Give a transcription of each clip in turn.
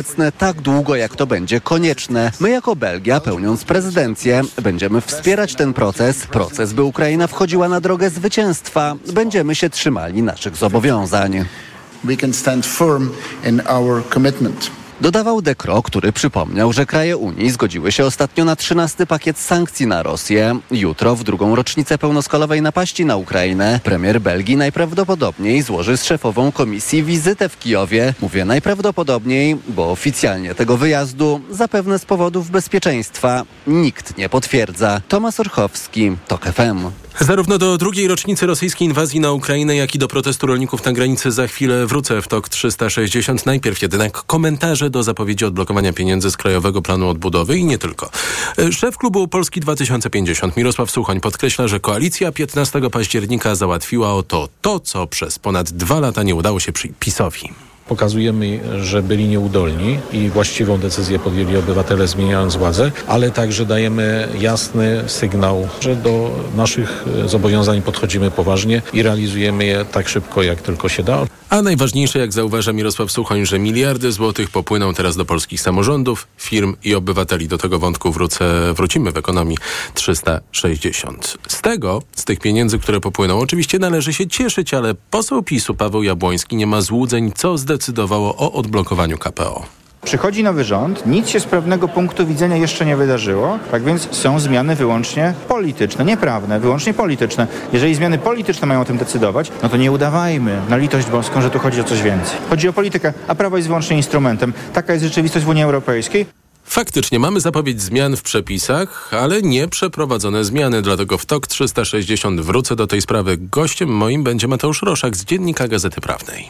obecne tak długo, jak to będzie konieczne. My jako Belgia, pełniąc prezydencję, będziemy wspierać ten proces, by Ukraina wchodziła na drogę zwycięstwa. Będziemy się trzymali naszych zobowiązań. We can stand firm in our commitment. Dodawał De Croo, który przypomniał, że kraje Unii zgodziły się ostatnio na 13. pakiet sankcji na Rosję. Jutro, w drugą rocznicę pełnoskalowej napaści na Ukrainę, premier Belgii najprawdopodobniej złoży z szefową komisji wizytę w Kijowie. Mówię najprawdopodobniej, bo oficjalnie tego wyjazdu, zapewne z powodów bezpieczeństwa, nikt nie potwierdza. Tomasz Orchowski, TOK FM. Zarówno do drugiej rocznicy rosyjskiej inwazji na Ukrainę, jak i do protestu rolników na granicy za chwilę wrócę w TOK 360. Najpierw jednak komentarze do zapowiedzi odblokowania pieniędzy z Krajowego Planu Odbudowy i nie tylko. Szef klubu Polski 2050 Mirosław Suchoń podkreśla, że koalicja 15 października załatwiła to, co przez ponad 2 lata nie udało się PiS-owi. Pokazujemy, że byli nieudolni i właściwą decyzję podjęli obywatele, zmieniając władzę, ale także dajemy jasny sygnał, że do naszych zobowiązań podchodzimy poważnie i realizujemy je tak szybko, jak tylko się da. A najważniejsze, jak zauważa Mirosław Suchoń, że miliardy złotych popłyną teraz do polskich samorządów, firm i obywateli. Do tego wątku wrócimy w Ekonomii 360. Z tych pieniędzy, które popłyną, oczywiście należy się cieszyć, ale poseł PiS-u Paweł Jabłoński nie ma złudzeń, co zdecydowało o odblokowaniu KPO. Przychodzi nowy rząd, nic się z pewnego punktu widzenia jeszcze nie wydarzyło, tak więc są zmiany wyłącznie polityczne, nieprawne, wyłącznie polityczne. Jeżeli zmiany polityczne mają o tym decydować, no to nie udawajmy na litość boską, że tu chodzi o coś więcej. Chodzi o politykę, a prawo jest wyłącznie instrumentem. Taka jest rzeczywistość w Unii Europejskiej. Faktycznie mamy zapowiedź zmian w przepisach, ale nie przeprowadzone zmiany, dlatego w TOK 360 wrócę do tej sprawy. Gościem moim będzie Mateusz Roszak z Dziennika Gazety Prawnej.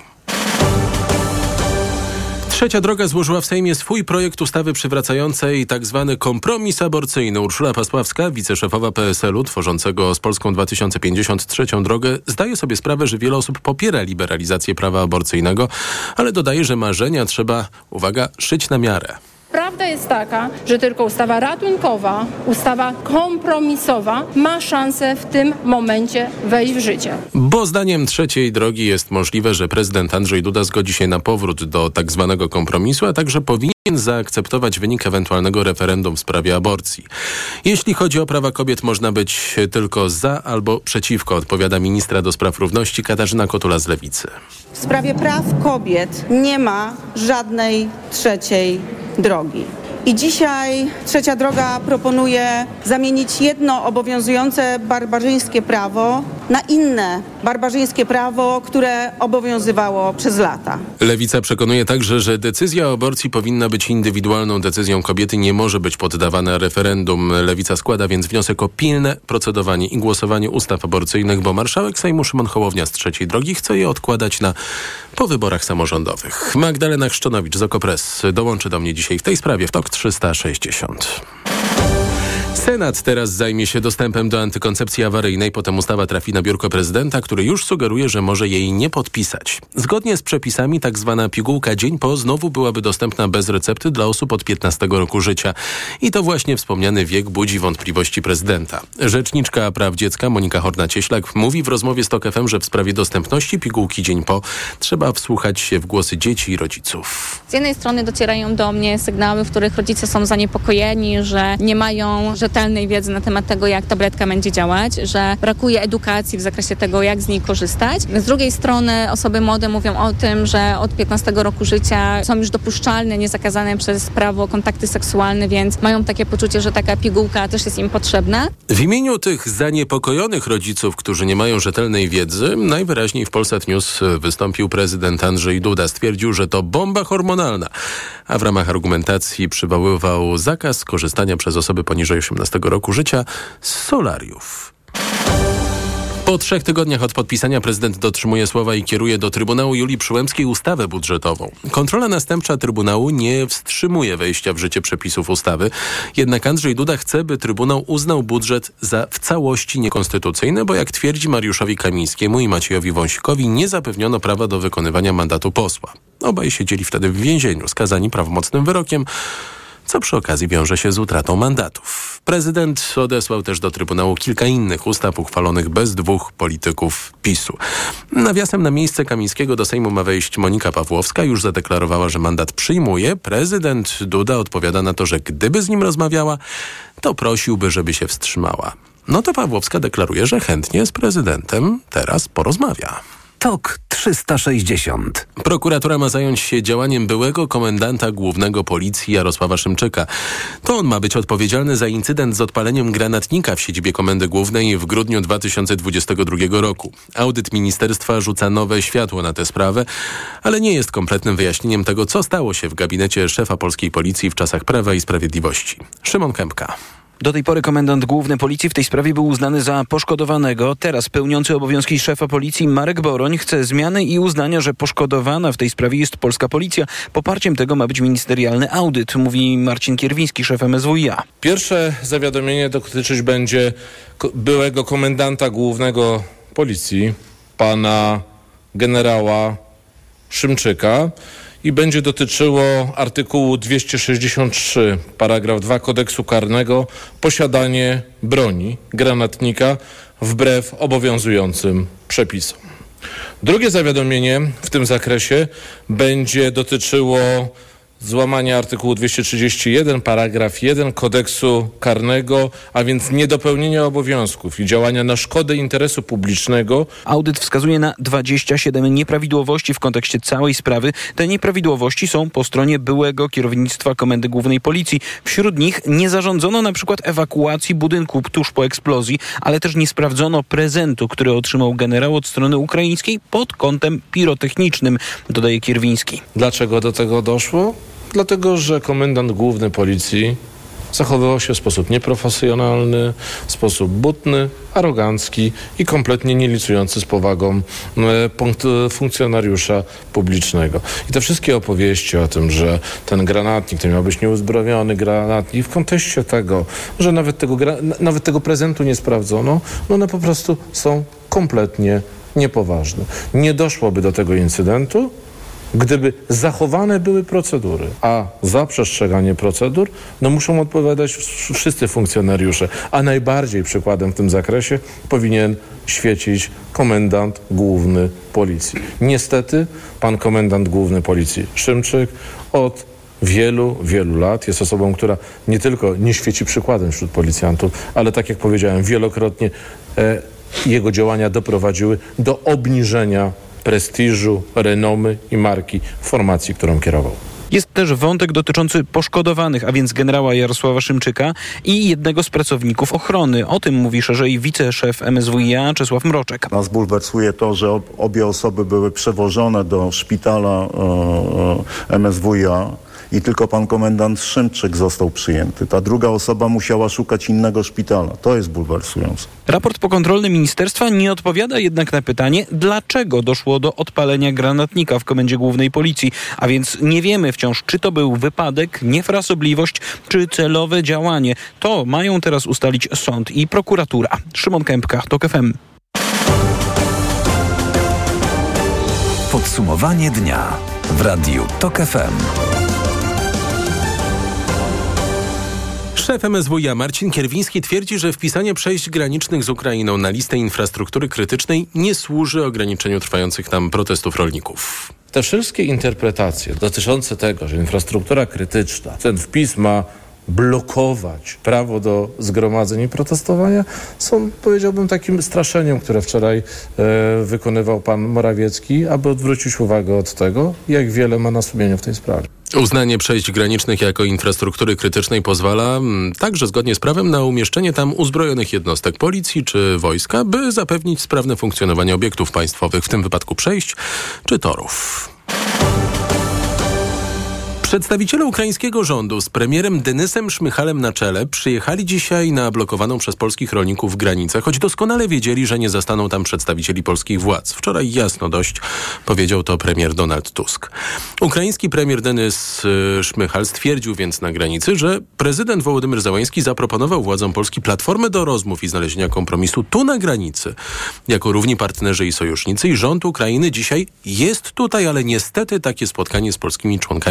Trzecia Droga złożyła w Sejmie swój projekt ustawy przywracającej tzw. kompromis aborcyjny. Urszula Pasławska, wiceszefowa PSL-u tworzącego z Polską 2050 trzecią drogę, zdaje sobie sprawę, że wiele osób popiera liberalizację prawa aborcyjnego, ale dodaje, że marzenia trzeba, uwaga, szyć na miarę. Prawda jest taka, że tylko ustawa ratunkowa, ustawa kompromisowa ma szansę w tym momencie wejść w życie. Bo zdaniem Trzeciej Drogi jest możliwe, że prezydent Andrzej Duda zgodzi się na powrót do tak zwanego kompromisu, a także powinien zaakceptować wynik ewentualnego referendum w sprawie aborcji. Jeśli chodzi o prawa kobiet, można być tylko za albo przeciwko, odpowiada ministra do spraw równości Katarzyna Kotula z Lewicy. W sprawie praw kobiet nie ma żadnej trzeciej drogi. I dzisiaj Trzecia Droga proponuje zamienić jedno obowiązujące barbarzyńskie prawo na inne barbarzyńskie prawo, które obowiązywało przez lata. Lewica przekonuje także, że decyzja o aborcji powinna być indywidualną decyzją kobiety, nie może być poddawana referendum. Lewica składa więc wniosek o pilne procedowanie i głosowanie ustaw aborcyjnych, bo marszałek Sejmu Szymon Hołownia z Trzeciej Drogi chce je odkładać po wyborach samorządowych. Magdalena Chrzczonowicz z Okopres dołączy do mnie dzisiaj w tej sprawie w TOK 360. Senat teraz zajmie się dostępem do antykoncepcji awaryjnej. Potem ustawa trafi na biurko prezydenta, który już sugeruje, że może jej nie podpisać. Zgodnie z przepisami tak zwana pigułka dzień po znowu byłaby dostępna bez recepty dla osób od 15 roku życia. I to właśnie wspomniany wiek budzi wątpliwości prezydenta. Rzeczniczka praw dziecka Monika Horna-Cieślak mówi w rozmowie z TOK FM, że w sprawie dostępności pigułki dzień po trzeba wsłuchać się w głosy dzieci i rodziców. Z jednej strony docierają do mnie sygnały, w których rodzice są zaniepokojeni, że nie mają rzetelnej wiedzy na temat tego, jak tabletka będzie działać, że brakuje edukacji w zakresie tego, jak z niej korzystać. Z drugiej strony osoby młode mówią o tym, że od 15 roku życia są już dopuszczalne, niezakazane przez prawo kontakty seksualne, więc mają takie poczucie, że taka pigułka też jest im potrzebna. W imieniu tych zaniepokojonych rodziców, którzy nie mają rzetelnej wiedzy, najwyraźniej w Polsat News wystąpił prezydent Andrzej Duda. Stwierdził, że to bomba hormonalna, a w ramach argumentacji przywoływał zakaz korzystania przez osoby poniżej 18 roku życia z solariów. Po 3 tygodniach od podpisania prezydent dotrzymuje słowa i kieruje do Trybunału Julii Przyłębskiej ustawę budżetową. Kontrola następcza Trybunału nie wstrzymuje wejścia w życie przepisów ustawy. Jednak Andrzej Duda chce, by Trybunał uznał budżet za w całości niekonstytucyjny, bo jak twierdzi Mariuszowi Kamińskiemu i Maciejowi Wąsikowi, nie zapewniono prawa do wykonywania mandatu posła. Obaj siedzieli wtedy w więzieniu, skazani prawomocnym wyrokiem, co przy okazji wiąże się z utratą mandatów. Prezydent odesłał też do Trybunału kilka innych ustaw uchwalonych bez dwóch polityków PiS-u. Nawiasem, na miejsce Kamińskiego do Sejmu ma wejść Monika Pawłowska. Już zadeklarowała, że mandat przyjmuje. Prezydent Duda odpowiada na to, że gdyby z nim rozmawiała, to prosiłby, żeby się wstrzymała. No to Pawłowska deklaruje, że chętnie z prezydentem teraz porozmawia. TOK 360. Prokuratura ma zająć się działaniem byłego komendanta głównego policji Jarosława Szymczyka. To on ma być odpowiedzialny za incydent z odpaleniem granatnika w siedzibie Komendy Głównej w grudniu 2022 roku. Audyt ministerstwa rzuca nowe światło na tę sprawę, ale nie jest kompletnym wyjaśnieniem tego, co stało się w gabinecie szefa polskiej policji w czasach Prawa i Sprawiedliwości. Szymon Kępka. Do tej pory komendant główny policji w tej sprawie był uznany za poszkodowanego. Teraz pełniący obowiązki szefa policji Marek Boroń chce zmiany i uznania, że poszkodowana w tej sprawie jest polska policja. Poparciem tego ma być ministerialny audyt, mówi Marcin Kierwiński, szef MSWiA. Pierwsze zawiadomienie dotyczyć będzie byłego komendanta głównego policji, pana generała Szymczyka. I będzie dotyczyło artykułu 263, paragraf 2 Kodeksu Karnego, posiadanie broni, granatnika wbrew obowiązującym przepisom. Drugie zawiadomienie w tym zakresie będzie dotyczyło złamania artykułu 231, paragraf 1 Kodeksu Karnego, a więc niedopełnienia obowiązków i działania na szkodę interesu publicznego. Audyt wskazuje na 27 nieprawidłowości w kontekście całej sprawy. Te nieprawidłowości są po stronie byłego kierownictwa Komendy Głównej Policji. Wśród nich nie zarządzono na przykład ewakuacji budynku tuż po eksplozji, ale też nie sprawdzono prezentu, który otrzymał generał od strony ukraińskiej pod kątem pirotechnicznym, dodaje Kierwiński. Dlaczego do tego doszło? Dlatego, że komendant główny policji zachowywał się w sposób nieprofesjonalny, w sposób butny, arogancki i kompletnie nie licujący z powagą funkcjonariusza publicznego. I te wszystkie opowieści o tym, że ten granatnik to miał być nieuzbrojony granatnik, w kontekście tego, że nawet tego prezentu nie sprawdzono, no one po prostu są kompletnie niepoważne. Nie doszłoby do tego incydentu, gdyby zachowane były procedury, a za przestrzeganie procedur muszą odpowiadać wszyscy funkcjonariusze, a najbardziej przykładem w tym zakresie powinien świecić komendant główny policji. Niestety pan komendant główny policji Szymczyk od wielu lat jest osobą, która nie tylko nie świeci przykładem wśród policjantów, ale tak jak powiedziałem wielokrotnie, jego działania doprowadziły do obniżenia prestiżu, renomy i marki formacji, którą kierował. Jest też wątek dotyczący poszkodowanych, a więc generała Jarosława Szymczyka i jednego z pracowników ochrony. O tym mówi szerzej wiceszef MSWiA Czesław Mroczek. Nas bulwersuje to, że obie osoby były przewożone do szpitala MSWiA i tylko pan komendant Szymczyk został przyjęty. Ta druga osoba musiała szukać innego szpitala. To jest bulwersujące. Raport pokontrolny ministerstwa nie odpowiada jednak na pytanie, dlaczego doszło do odpalenia granatnika w Komendzie Głównej Policji. A więc nie wiemy wciąż, czy to był wypadek, niefrasobliwość, czy celowe działanie. To mają teraz ustalić sąd i prokuratura. Szymon Kępka, TOK FM. Podsumowanie dnia w Radiu TOK FM. Szef MSWiA Marcin Kierwiński twierdzi, że wpisanie przejść granicznych z Ukrainą na listę infrastruktury krytycznej nie służy ograniczeniu trwających tam protestów rolników. Te wszystkie interpretacje dotyczące tego, że infrastruktura krytyczna, ten wpis ma blokować prawo do zgromadzeń i protestowania, są, powiedziałbym, takim straszeniem, które wczoraj wykonywał pan Morawiecki, aby odwrócić uwagę od tego, jak wiele ma na sumieniu w tej sprawie. Uznanie przejść granicznych jako infrastruktury krytycznej pozwala także zgodnie z prawem na umieszczenie tam uzbrojonych jednostek policji czy wojska, by zapewnić sprawne funkcjonowanie obiektów państwowych, w tym wypadku przejść czy torów. Przedstawiciele ukraińskiego rządu z premierem Denysem Szmychalem na czele przyjechali dzisiaj na blokowaną przez polskich rolników granicę, choć doskonale wiedzieli, że nie zastaną tam przedstawicieli polskich władz. Wczoraj jasno dość powiedział to premier Donald Tusk. Ukraiński premier Denys Szmychal stwierdził więc na granicy, że prezydent Wołodymyr Zełenski zaproponował władzom Polski platformę do rozmów i znalezienia kompromisu tu na granicy, jako równi partnerzy i sojusznicy, i rząd Ukrainy dzisiaj jest tutaj, ale niestety takie spotkanie z polskimi członkami rządu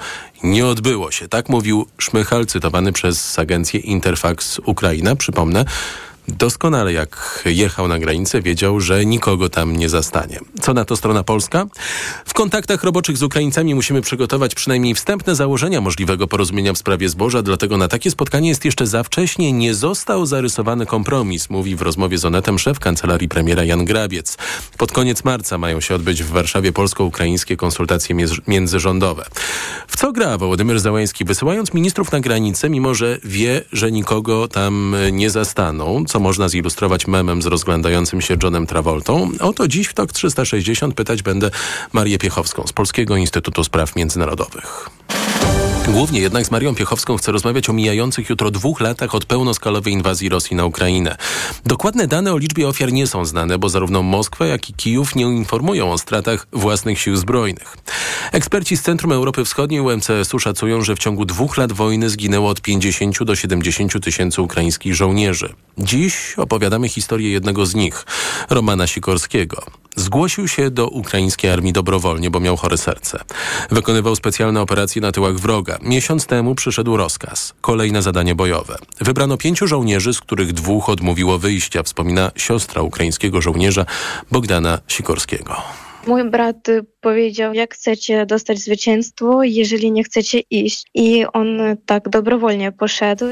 nie odbyło się. Tak mówił Szmychal, cytowany przez agencję Interfax Ukraina. Przypomnę, doskonale jak jechał na granicę, wiedział, że nikogo tam nie zastanie. Co na to strona polska? W kontaktach roboczych z Ukraińcami musimy przygotować przynajmniej wstępne założenia możliwego porozumienia w sprawie zboża, dlatego na takie spotkanie jest jeszcze za wcześnie. Nie został zarysowany kompromis, mówi w rozmowie z Onetem szef kancelarii premiera Jan Grabiec. Pod koniec marca mają się odbyć w Warszawie polsko-ukraińskie konsultacje międzyrządowe. W co gra Wołodymyr Zełenski, wysyłając ministrów na granicę, mimo że wie, że nikogo tam nie zastaną, co można zilustrować memem z rozglądającym się Johnem Travoltą? Oto dziś w TOK 360 pytać będę Marię Piechowską z Polskiego Instytutu Spraw Międzynarodowych. Głównie jednak z Marią Piechowską chcę rozmawiać o mijających jutro 2 latach od pełnoskalowej inwazji Rosji na Ukrainę. Dokładne dane o liczbie ofiar nie są znane, bo zarówno Moskwa, jak i Kijów nie informują o stratach własnych sił zbrojnych. Eksperci z Centrum Europy Wschodniej UMCS-u szacują, że w ciągu 2 lat wojny zginęło od 50 do 70 tysięcy ukraińskich żołnierzy. Dziś opowiadamy historię jednego z nich, Romana Sikorskiego. Zgłosił się do ukraińskiej armii dobrowolnie, bo miał chore serce. Wykonywał specjalne operacje na tyłach wroga. Miesiąc temu przyszedł rozkaz. Kolejne zadanie bojowe. Wybrano 5 żołnierzy, z których 2 odmówiło wyjścia, wspomina siostra ukraińskiego żołnierza Bogdana Sikorskiego. Mój brat powiedział, jak chcecie dostać zwycięstwo, jeżeli nie chcecie iść. I on tak dobrowolnie poszedł.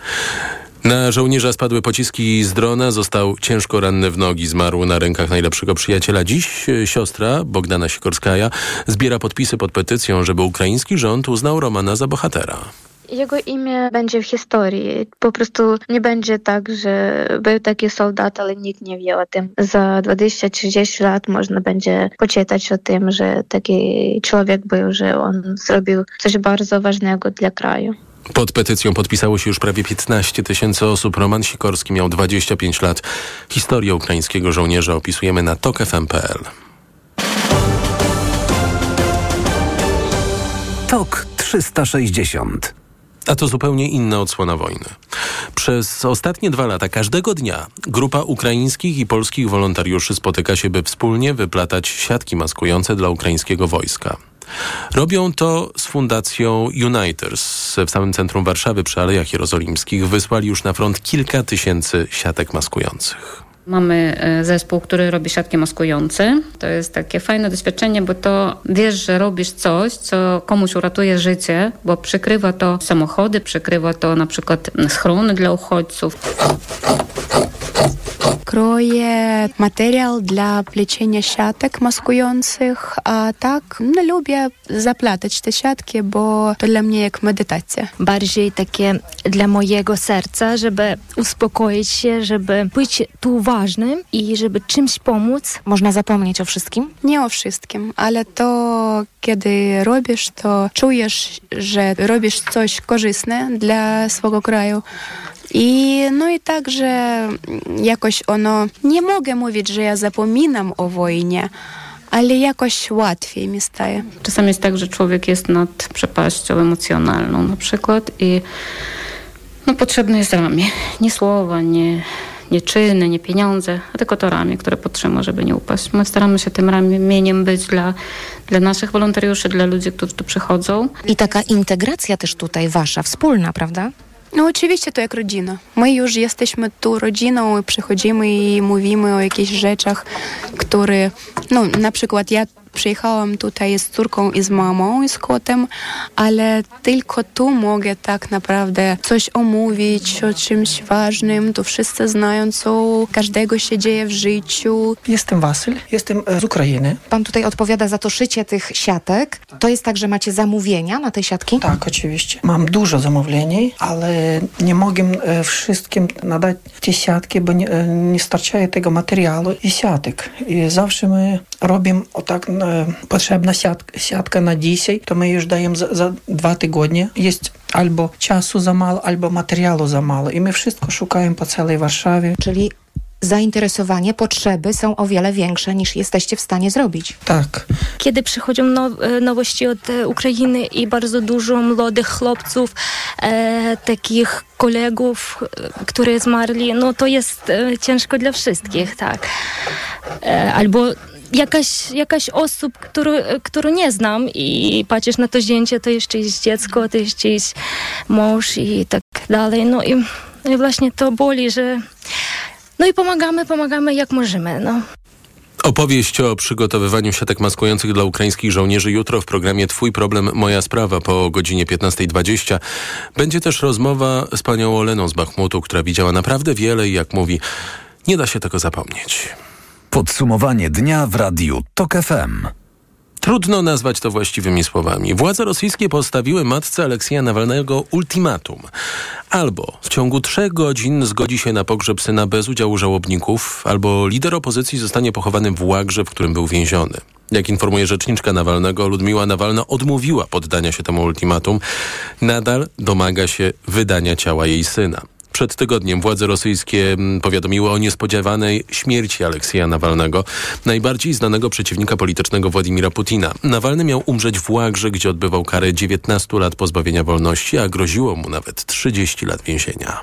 Na żołnierza spadły pociski z drona, został ciężko ranny w nogi, zmarł na rękach najlepszego przyjaciela. Dziś siostra Bogdana Sikorskaja zbiera podpisy pod petycją, żeby ukraiński rząd uznał Romana za bohatera. Jego imię będzie w historii. Po prostu nie będzie tak, że był taki soldat, ale nikt nie wie o tym. Za 20-30 lat można będzie poczytać o tym, że taki człowiek był, że on zrobił coś bardzo ważnego dla kraju. Pod petycją podpisało się już prawie 15 tysięcy osób. Roman Sikorski miał 25 lat. Historię ukraińskiego żołnierza opisujemy na tokfm.pl. TOK 360. A to zupełnie inna odsłona wojny. Przez ostatnie 2 lata każdego dnia grupa ukraińskich i polskich wolontariuszy spotyka się, by wspólnie wyplatać siatki maskujące dla ukraińskiego wojska. Robią to z fundacją Uniters. W samym centrum Warszawy przy Alejach Jerozolimskich wysłali już na front kilka tysięcy siatek maskujących. Mamy zespół, który robi siatki maskujące. To jest takie fajne doświadczenie, bo to wiesz, że robisz coś, co komuś uratuje życie, bo przykrywa to samochody, przykrywa to na przykład schrony dla uchodźców. Kroję materiał dla plecienia siatek maskujących, a tak lubię zaplatać te siatki, bo to dla mnie jak medytacja. Bardziej takie dla mojego serca, żeby uspokoić się, żeby być tu ważnym i żeby czymś pomóc. Można zapomnieć o wszystkim? Nie o wszystkim, ale to kiedy robisz, to czujesz, że robisz coś korzystne dla swojego kraju. I także jakoś nie mogę mówić, że ja zapominam o wojnie, ale jakoś łatwiej mi staje. Czasami jest tak, że człowiek jest nad przepaścią emocjonalną na przykład i potrzebne jest ramię. Nie słowa, nie czyny, nie pieniądze, a tylko to ramię, które podtrzyma, żeby nie upaść. My staramy się tym ramieniem być dla naszych wolontariuszy, dla ludzi, którzy tu przychodzą. I taka integracja też tutaj wasza, wspólna, prawda? Oczywiście to jak rodzina. My już jesteśmy tu rodziną i przychodzimy i mówimy o jakichś rzeczach, które, na przykład ja przyjechałam tutaj z córką i z mamą i z kotem, ale tylko tu mogę tak naprawdę coś omówić o czymś ważnym. Tu wszyscy znają, co każdego się dzieje w życiu. Jestem Wasyl, jestem z Ukrainy. Pan tutaj odpowiada za to szycie tych siatek. To jest tak, że macie zamówienia na te siatki? Tak, oczywiście. Mam dużo zamówień, ale nie mogę wszystkim nadać te siatki, bo nie starczaje tego materiału i siatek. I zawsze my robimy tak. Potrzebna siatka na dzisiaj, to my już dajemy za 2 tygodnie. Jest albo czasu za mało, albo materiału za mało. I my wszystko szukamy po całej Warszawie. Czyli zainteresowanie, potrzeby są o wiele większe niż jesteście w stanie zrobić. Tak. Kiedy przychodzą nowości od Ukrainy i bardzo dużo młodych chłopców, takich kolegów, którzy zmarli, to jest ciężko dla wszystkich, tak. Albo jakaś osób, którą nie znam i patrzysz na to zdjęcie, to jeszcze jest dziecko, to jeszcze jest mąż i tak dalej. No i właśnie to boli, że no i pomagamy jak możemy, no. Opowieść o przygotowywaniu siatek maskujących dla ukraińskich żołnierzy jutro w programie Twój problem, moja sprawa po godzinie 15:20. Będzie też rozmowa z panią Oleną z Bachmutu, która widziała naprawdę wiele i jak mówi, nie da się tego zapomnieć. Podsumowanie dnia w radiu TOK FM. Trudno nazwać to właściwymi słowami. Władze rosyjskie postawiły matce Aleksieja Nawalnego ultimatum. Albo w ciągu 3 godzin zgodzi się na pogrzeb syna bez udziału żałobników, albo lider opozycji zostanie pochowany w łagrze, w którym był więziony. Jak informuje rzeczniczka Nawalnego, Ludmiła Nawalna odmówiła poddania się temu ultimatum. Nadal domaga się wydania ciała jej syna. Przed tygodniem władze rosyjskie powiadomiły o niespodziewanej śmierci Aleksieja Nawalnego, najbardziej znanego przeciwnika politycznego Władimira Putina. Nawalny miał umrzeć w łagrze, gdzie odbywał karę 19 lat pozbawienia wolności, a groziło mu nawet 30 lat więzienia.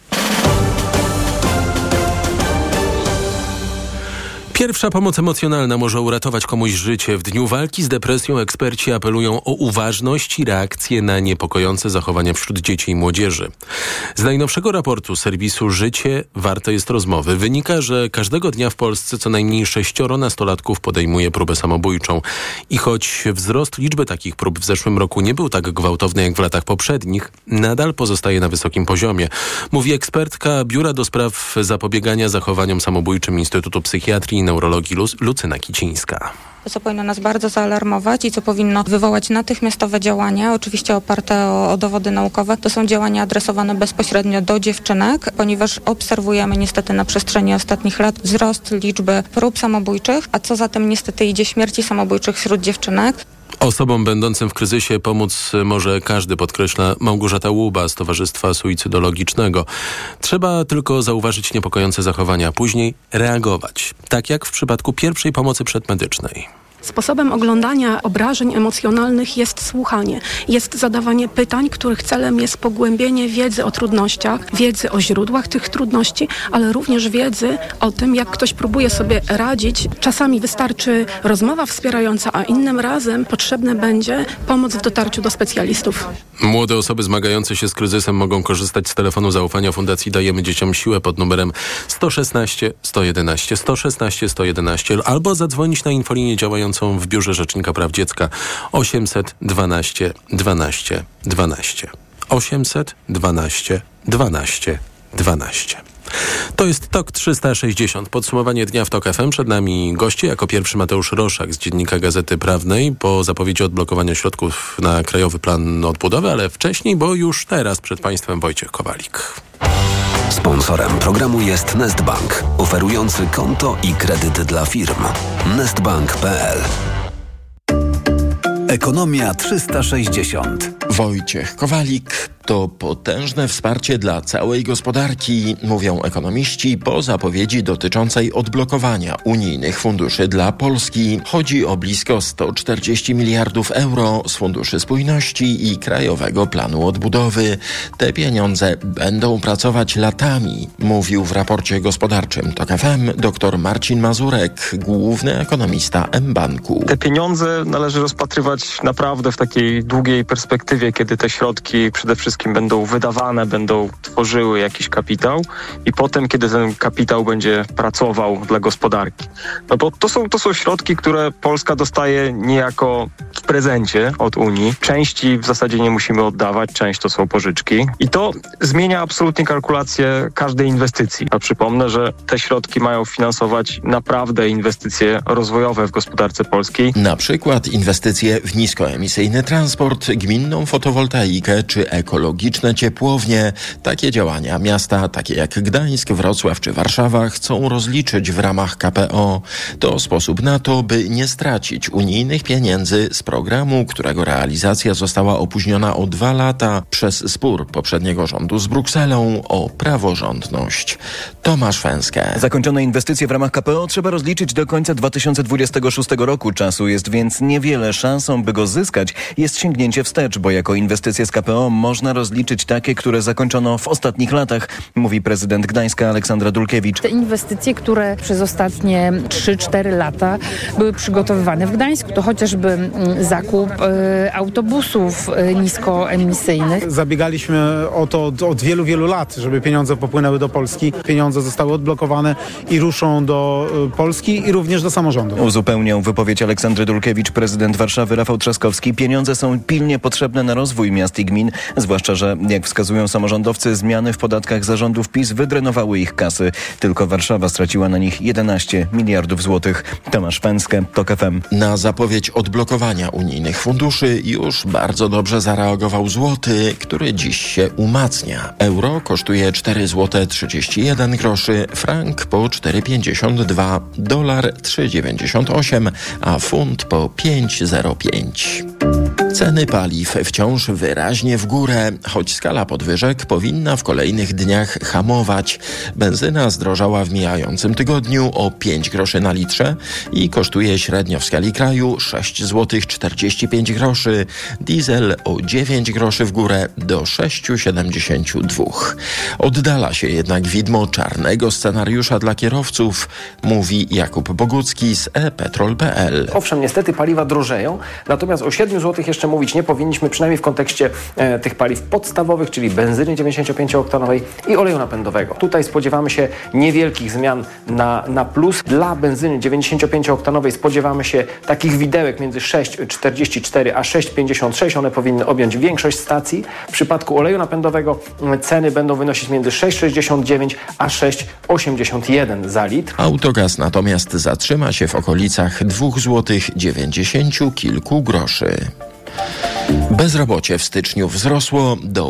Pierwsza pomoc emocjonalna może uratować komuś życie. W dniu walki z depresją eksperci apelują o uważność i reakcję na niepokojące zachowania wśród dzieci i młodzieży. Z najnowszego raportu serwisu Życie warte jest rozmowy wynika, że każdego dnia w Polsce co najmniej 6 nastolatków podejmuje próbę samobójczą. I choć wzrost liczby takich prób w zeszłym roku nie był tak gwałtowny jak w latach poprzednich, nadal pozostaje na wysokim poziomie. Mówi ekspertka Biura do Spraw Zapobiegania Zachowaniom Samobójczym Instytutu Psychiatrii i Neurologii Lucyna Kicińska. To, co powinno nas bardzo zaalarmować i co powinno wywołać natychmiastowe działania, oczywiście oparte o dowody naukowe, to są działania adresowane bezpośrednio do dziewczynek, ponieważ obserwujemy niestety na przestrzeni ostatnich lat wzrost liczby prób samobójczych, a co za tym niestety idzie śmierci samobójczych wśród dziewczynek. Osobom będącym w kryzysie pomóc może każdy, podkreśla Małgorzata Łuba z Towarzystwa Suicydologicznego. Trzeba tylko zauważyć niepokojące zachowania, a później reagować. Tak jak w przypadku pierwszej pomocy przedmedycznej. Sposobem oglądania obrażeń emocjonalnych jest słuchanie. Jest zadawanie pytań, których celem jest pogłębienie wiedzy o trudnościach, wiedzy o źródłach tych trudności, ale również wiedzy o tym, jak ktoś próbuje sobie radzić. Czasami wystarczy rozmowa wspierająca, a innym razem potrzebna będzie pomoc w dotarciu do specjalistów. Młode osoby zmagające się z kryzysem mogą korzystać z telefonu zaufania Fundacji Dajemy Dzieciom Siłę pod numerem 116 111 116 111 albo zadzwonić na infolinię działającą w Biurze Rzecznika Praw Dziecka 800 12 12 12 800 12 12 12. To jest TOK 360. Podsumowanie dnia w TOK FM. Przed nami goście. Jako pierwszy Mateusz Roszak z Dziennika Gazety Prawnej po zapowiedzi odblokowania środków na Krajowy Plan Odbudowy, ale wcześniej, bo już teraz przed Państwem Wojciech Kowalik. Sponsorem programu jest Nestbank, oferujący konto i kredyt dla firm. Nestbank.pl. Ekonomia 360. Wojciech Kowalik. To potężne wsparcie dla całej gospodarki, mówią ekonomiści po zapowiedzi dotyczącej odblokowania unijnych funduszy dla Polski. Chodzi o blisko 140 miliardów euro z Funduszy Spójności i Krajowego Planu Odbudowy. Te pieniądze będą pracować latami, mówił w raporcie gospodarczym TOK FM dr Marcin Mazurek, główny ekonomista mBanku. Te pieniądze należy rozpatrywać naprawdę w takiej długiej perspektywie, kiedy te środki przede wszystkim będą wydawane, będą tworzyły jakiś kapitał i potem, kiedy ten kapitał będzie pracował dla gospodarki. No bo to są środki, które Polska dostaje niejako w prezencie od Unii. Części w zasadzie nie musimy oddawać, część to są pożyczki i to zmienia absolutnie kalkulację każdej inwestycji. A przypomnę, że te środki mają finansować naprawdę inwestycje rozwojowe w gospodarce polskiej. Na przykład inwestycje w niskoemisyjny transport, gminną fotowoltaikę czy ekologiczne ciepłownie. Takie działania miasta, takie jak Gdańsk, Wrocław czy Warszawa, chcą rozliczyć w ramach KPO. To sposób na to, by nie stracić unijnych pieniędzy z programu, którego realizacja została opóźniona o 2 lata przez spór poprzedniego rządu z Brukselą o praworządność. Tomasz Fęskę. Zakończone inwestycje w ramach KPO trzeba rozliczyć do końca 2026 roku. Czasu jest więc niewiele. Szansą, by go zyskać, jest sięgnięcie wstecz, bo jako inwestycje z KPO można rozliczyć takie, które zakończono w ostatnich latach, mówi prezydent Gdańska Aleksandra Dulkiewicz. Te inwestycje, które przez ostatnie 3-4 lata były przygotowywane w Gdańsku, to chociażby zakup autobusów niskoemisyjnych. Zabiegaliśmy o to od wielu, wielu lat, żeby pieniądze popłynęły do Polski. Pieniądze zostały odblokowane i ruszą do Polski i również do samorządu. Uzupełniał wypowiedź Aleksandry Dulkiewicz prezydent Warszawy Rafał Trzaskowski. Pieniądze są pilnie potrzebne na rozwój miast i gmin, zwłaszcza, że jak wskazują samorządowcy, zmiany w podatkach zarządów PiS wydrenowały ich kasy. Tylko Warszawa straciła na nich 11 miliardów złotych. Tomasz Pęskę, TOK FM. Na zapowiedź odblokowania unijnych funduszy już bardzo dobrze zareagował złoty, który dziś się umacnia. Euro kosztuje 4,31 zł, frank po 4,52, dolar 3,98, a funt po 5,05. Ceny paliw wciąż wyraźnie w górę, choć skala podwyżek powinna w kolejnych dniach hamować. Benzyna zdrożała w mijającym tygodniu o 5 groszy na litrze i kosztuje średnio w skali kraju 6,45 zł. Diesel o 9 groszy w górę do 6,72. Oddala się jednak widmo czarnego scenariusza dla kierowców, mówi Jakub Bogucki z ePetrol.pl. Owszem, niestety paliwa drożeją, natomiast o 7 zł jeszcze mówić nie powinniśmy, przynajmniej w kontekście tych paliw podstawowych, czyli benzyny 95-oktanowej i oleju napędowego. Tutaj spodziewamy się niewielkich zmian na plus. Dla benzyny 95-oktanowej spodziewamy się takich widełek między 6,44 a 6,56. One powinny objąć większość stacji. W przypadku oleju napędowego ceny będą wynosić między 6,69 a 6,81 za litr. Autogaz natomiast zatrzyma się w okolicach 2,90 zł kilku groszy. Bezrobocie w styczniu wzrosło do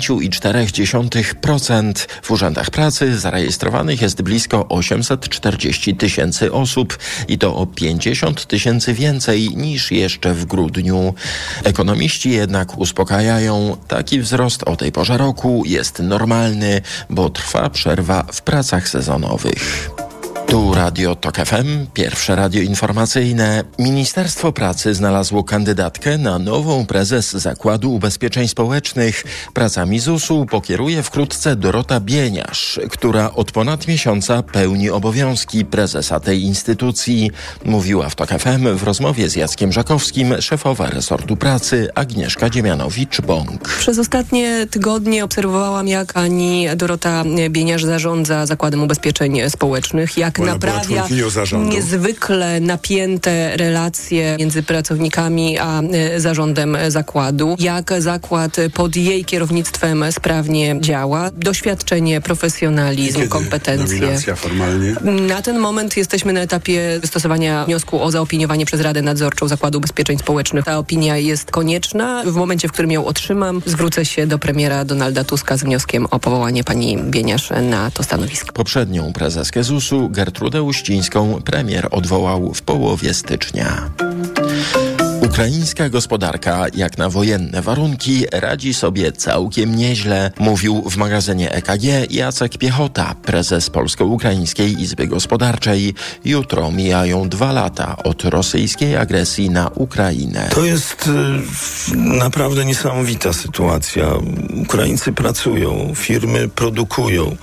5,4%. W urzędach pracy zarejestrowanych jest blisko 840 000 osób i to o 50 000 więcej niż jeszcze w grudniu. Ekonomiści jednak uspokajają, taki wzrost o tej porze roku jest normalny, bo trwa przerwa w pracach sezonowych. Tu Radio TOK FM, pierwsze radio informacyjne. Ministerstwo Pracy znalazło kandydatkę na nową prezes Zakładu Ubezpieczeń Społecznych. Pracami ZUS-u pokieruje wkrótce Dorota Bieniasz, która od ponad miesiąca pełni obowiązki prezesa tej instytucji. Mówiła w TOK FM w rozmowie z Jackiem Żakowskim szefowa resortu pracy Agnieszka Dziemianowicz-Bąk. Przez ostatnie tygodnie obserwowałam, jak pani Dorota Bieniasz zarządza Zakładem Ubezpieczeń Społecznych, jak naprawia niezwykle napięte relacje między pracownikami a zarządem zakładu, jak zakład pod jej kierownictwem sprawnie działa, doświadczenie, profesjonalizm, kompetencje. Nominacja formalnie? Na ten moment jesteśmy na etapie wystosowania wniosku o zaopiniowanie przez Radę Nadzorczą Zakładu Ubezpieczeń Społecznych. Ta opinia jest konieczna. W momencie, w którym ją otrzymam, zwrócę się do premiera Donalda Tuska z wnioskiem o powołanie pani Bieniasz na to stanowisko. Poprzednią prezeskę ZUS-u Gertrudę Uścińską premier odwołał w połowie stycznia. Ukraińska gospodarka, jak na wojenne warunki, radzi sobie całkiem nieźle, mówił w magazynie EKG Jacek Piechota, prezes Polsko-Ukraińskiej Izby Gospodarczej. Jutro mijają 2 lata od rosyjskiej agresji na Ukrainę. To jest naprawdę niesamowita sytuacja. Ukraińcy pracują, firmy produkują.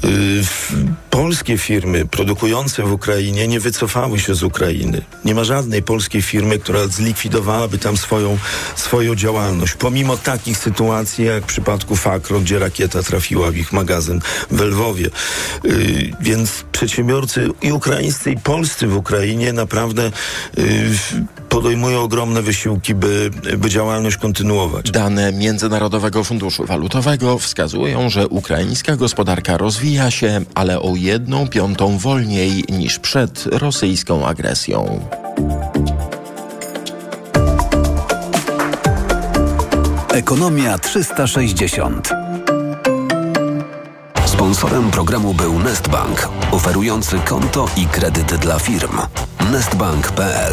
Polskie firmy produkujące w Ukrainie nie wycofały się z Ukrainy. Nie ma żadnej polskiej firmy, która zlikwidowałaby tam swoją działalność. Pomimo takich sytuacji, jak w przypadku Fakro, gdzie rakieta trafiła w ich magazyn w Lwowie. Więc przedsiębiorcy i ukraińscy, i polscy w Ukrainie naprawdę podejmują ogromne wysiłki, by działalność kontynuować. Dane Międzynarodowego Funduszu Walutowego wskazują, że ukraińska gospodarka rozwija się, ale o 1/5 wolniej niż przed rosyjską agresją. Ekonomia 360. Sponsorem programu był Nestbank, oferujący konto i kredyt dla firm. Nestbank.pl.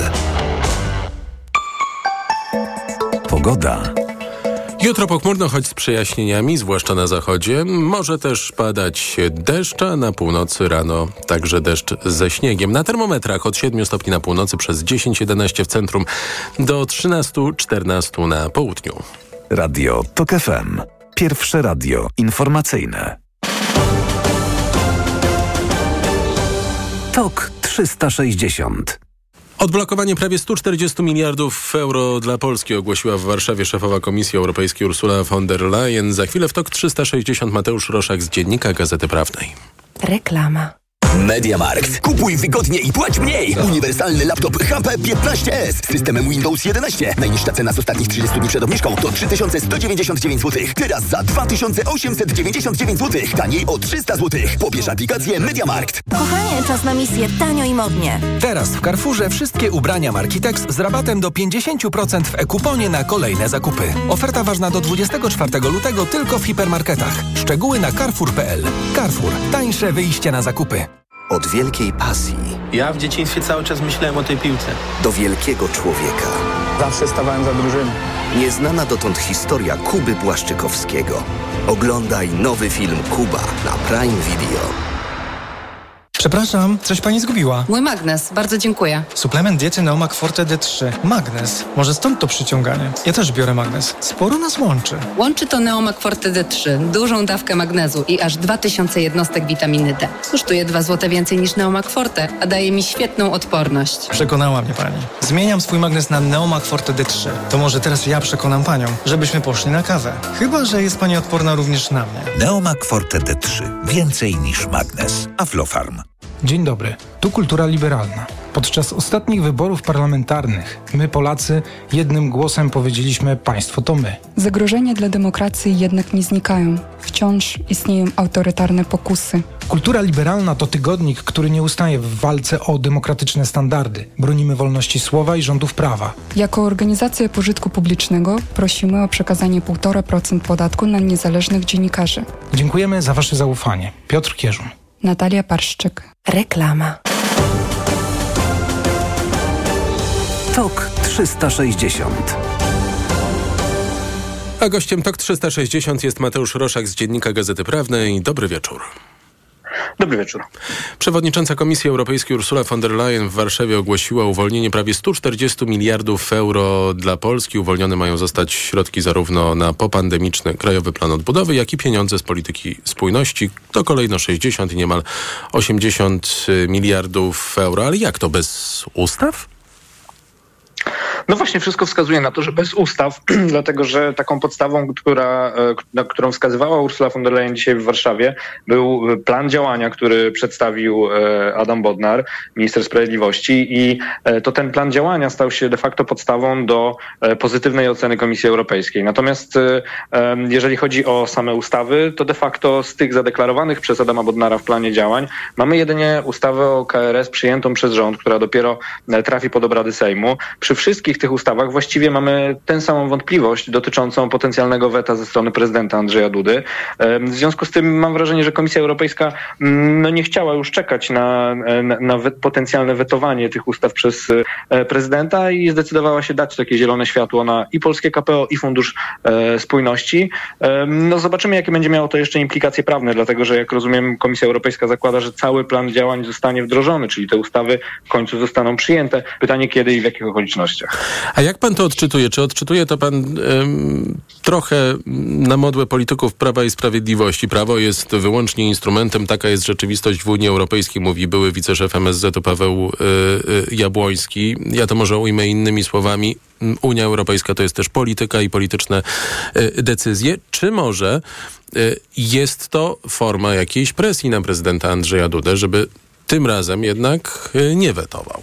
Pogoda. Jutro pochmurno, choć z przejaśnieniami, zwłaszcza na zachodzie. Może też padać deszcz, a na północy rano także deszcz ze śniegiem. Na termometrach od 7 stopni na północy przez 10-11 w centrum do 13-14 na południu. Radio TOK FM. Pierwsze radio informacyjne. TOK 360. Odblokowanie prawie 140 miliardów euro dla Polski ogłosiła w Warszawie szefowa Komisji Europejskiej Ursula von der Leyen. Za chwilę w TOK 360 Mateusz Roszak z Dziennika Gazety Prawnej. Reklama. MediaMarkt. Kupuj wygodnie i płać mniej. Uniwersalny laptop HP 15S z systemem Windows 11. Najniższa cena z ostatnich 30 dni przed obniżką to 3199 zł. Teraz za 2899 zł. Taniej o 300 zł. Pobierz aplikację MediaMarkt. Kochanie, czas na misję tanio i modnie. Teraz w Carrefourze wszystkie ubrania marki Tex z rabatem do 50% w e-kuponie na kolejne zakupy. Oferta ważna do 24 lutego tylko w hipermarketach. Szczegóły na carrefour.pl. Carrefour. Tańsze wyjście na zakupy. Od wielkiej pasji. Ja w dzieciństwie cały czas myślałem o tej piłce. Do wielkiego człowieka. Zawsze stawałem za drużyną. Nieznana dotąd historia Kuby Błaszczykowskiego. Oglądaj nowy film Kuba na Prime Video. Przepraszam, coś pani zgubiła. Mój magnes, bardzo dziękuję. Suplement diety Neomak Forte D3. Magnes. Może stąd to przyciąganie. Ja też biorę magnes. Sporo nas łączy. Łączy to Neomak Forte D3. Dużą dawkę magnezu i aż 2000 jednostek witaminy D. Kosztuje 2 zł więcej niż Neomak Forte, a daje mi świetną odporność. Przekonała mnie pani. Zmieniam swój magnes na Neomak Forte D3. To może teraz ja przekonam panią, żebyśmy poszli na kawę. Chyba że jest pani odporna również na mnie. Neomak Forte D3. Więcej niż magnes. Aflofarm. Dzień dobry, tu Kultura Liberalna. Podczas ostatnich wyborów parlamentarnych my, Polacy, jednym głosem powiedzieliśmy: państwo to my. Zagrożenia dla demokracji jednak nie znikają. Wciąż istnieją autorytarne pokusy. Kultura Liberalna to tygodnik, który nie ustaje w walce o demokratyczne standardy. Bronimy wolności słowa i rządów prawa. Jako organizacja pożytku publicznego prosimy o przekazanie 1,5% podatku na niezależnych dziennikarzy. Dziękujemy za wasze zaufanie. Piotr Kierzun. Natalia Parszczyk. Reklama. TOK 360. A gościem TOK 360 jest Mateusz Roszak z Dziennika Gazety Prawnej. Dobry wieczór. Dobry wieczór. Przewodnicząca Komisji Europejskiej Ursula von der Leyen w Warszawie ogłosiła uwolnienie prawie 140 miliardów euro dla Polski. Uwolnione mają zostać środki zarówno na popandemiczny Krajowy Plan Odbudowy, jak i pieniądze z polityki spójności. To kolejno 60 i niemal 80 miliardów euro. Ale jak to, bez ustaw? No właśnie, wszystko wskazuje na to, że bez ustaw, dlatego że taką podstawą, na którą wskazywała Ursula von der Leyen dzisiaj w Warszawie, był plan działania, który przedstawił Adam Bodnar, minister sprawiedliwości, i to ten plan działania stał się de facto podstawą do pozytywnej oceny Komisji Europejskiej. Natomiast jeżeli chodzi o same ustawy, to de facto z tych zadeklarowanych przez Adama Bodnara w planie działań mamy jedynie ustawę o KRS przyjętą przez rząd, która dopiero trafi pod obrady Sejmu. Przy wszystkich tych ustawach właściwie mamy tę samą wątpliwość dotyczącą potencjalnego weta ze strony prezydenta Andrzeja Dudy. W związku z tym mam wrażenie, że Komisja Europejska nie chciała już czekać na potencjalne wetowanie tych ustaw przez prezydenta i zdecydowała się dać takie zielone światło na i polskie KPO, i Fundusz Spójności. Zobaczymy, jakie będzie miało to jeszcze implikacje prawne, dlatego że jak rozumiem, Komisja Europejska zakłada, że cały plan działań zostanie wdrożony, czyli te ustawy w końcu zostaną przyjęte. Pytanie, kiedy i w jakich okolicznościach. A jak pan to odczytuje? Czy odczytuje to pan trochę na modłę polityków Prawa i Sprawiedliwości? Prawo jest wyłącznie instrumentem, taka jest rzeczywistość w Unii Europejskiej, mówi były wiceszef MSZ-u Paweł Jabłoński. Ja to może ujmę innymi słowami. Unia Europejska to jest też polityka i polityczne decyzje. Czy może jest to forma jakiejś presji na prezydenta Andrzeja Dudę, żeby tym razem jednak nie wetował?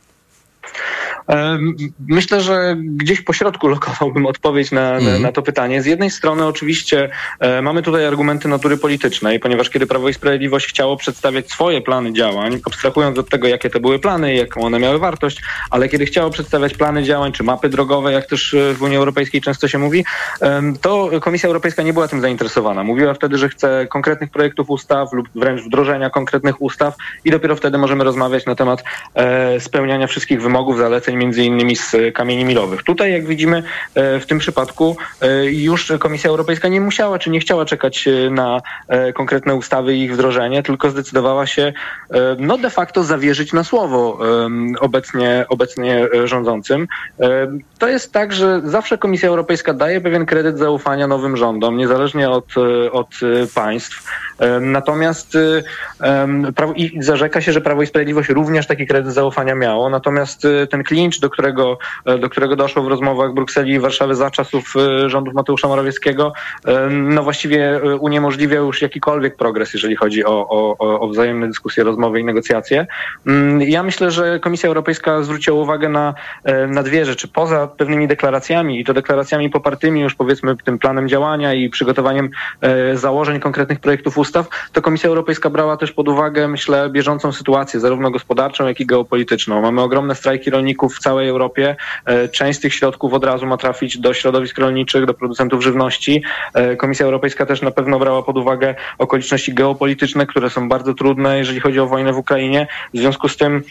Myślę, że gdzieś po środku lokowałbym odpowiedź na to pytanie. Z jednej strony oczywiście mamy tutaj argumenty natury politycznej, ponieważ kiedy Prawo i Sprawiedliwość chciało przedstawiać swoje plany działań, abstrahując od tego, jakie to były plany, jaką one miały wartość, ale kiedy chciało przedstawiać plany działań, czy mapy drogowe, jak też w Unii Europejskiej często się mówi, to Komisja Europejska nie była tym zainteresowana. Mówiła wtedy, że chce konkretnych projektów ustaw lub wręcz wdrożenia konkretnych ustaw i dopiero wtedy możemy rozmawiać na temat spełniania wszystkich wymogów, zaleceń połączeń między innymi z kamieni milowych. Tutaj, jak widzimy, w tym przypadku już Komisja Europejska nie musiała czy nie chciała czekać na konkretne ustawy i ich wdrożenie, tylko zdecydowała się de facto zawierzyć na słowo obecnie rządzącym. To jest tak, że zawsze Komisja Europejska daje pewien kredyt zaufania nowym rządom, niezależnie od państw. Natomiast i zarzeka się, że Prawo i Sprawiedliwość również taki kredyt zaufania miało. Natomiast ten klincz, do którego doszło w rozmowach w Brukseli i Warszawie za czasów rządów Mateusza Morawieckiego, właściwie uniemożliwia już jakikolwiek progres, jeżeli chodzi o wzajemne dyskusje, rozmowy i negocjacje. Ja myślę, że Komisja Europejska zwróciła uwagę na dwie rzeczy. Poza pewnymi deklaracjami i to deklaracjami popartymi już powiedzmy tym planem działania i przygotowaniem założeń konkretnych projektów ustaw, to Komisja Europejska brała też pod uwagę, myślę, bieżącą sytuację, zarówno gospodarczą, jak i geopolityczną. Mamy ogromne strajki rolników w całej Europie. Część z tych środków od razu ma trafić do środowisk rolniczych, do producentów żywności. Komisja Europejska też na pewno brała pod uwagę okoliczności geopolityczne, które są bardzo trudne, jeżeli chodzi o wojnę w Ukrainie. W związku z tym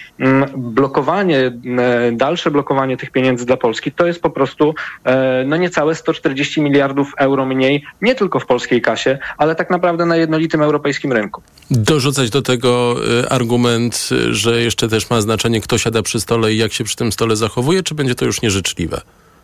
dalsze blokowanie tych pieniędzy dla Polski to jest po prostu niecałe 140 miliardów euro mniej, nie tylko w polskiej kasie, ale tak naprawdę na jednolitym europejskim rynku. Dorzucać do tego argument, że jeszcze też ma znaczenie, kto siada przy stole i jak się przy tym stole zachowuje, czy będzie to już nieżyczliwe?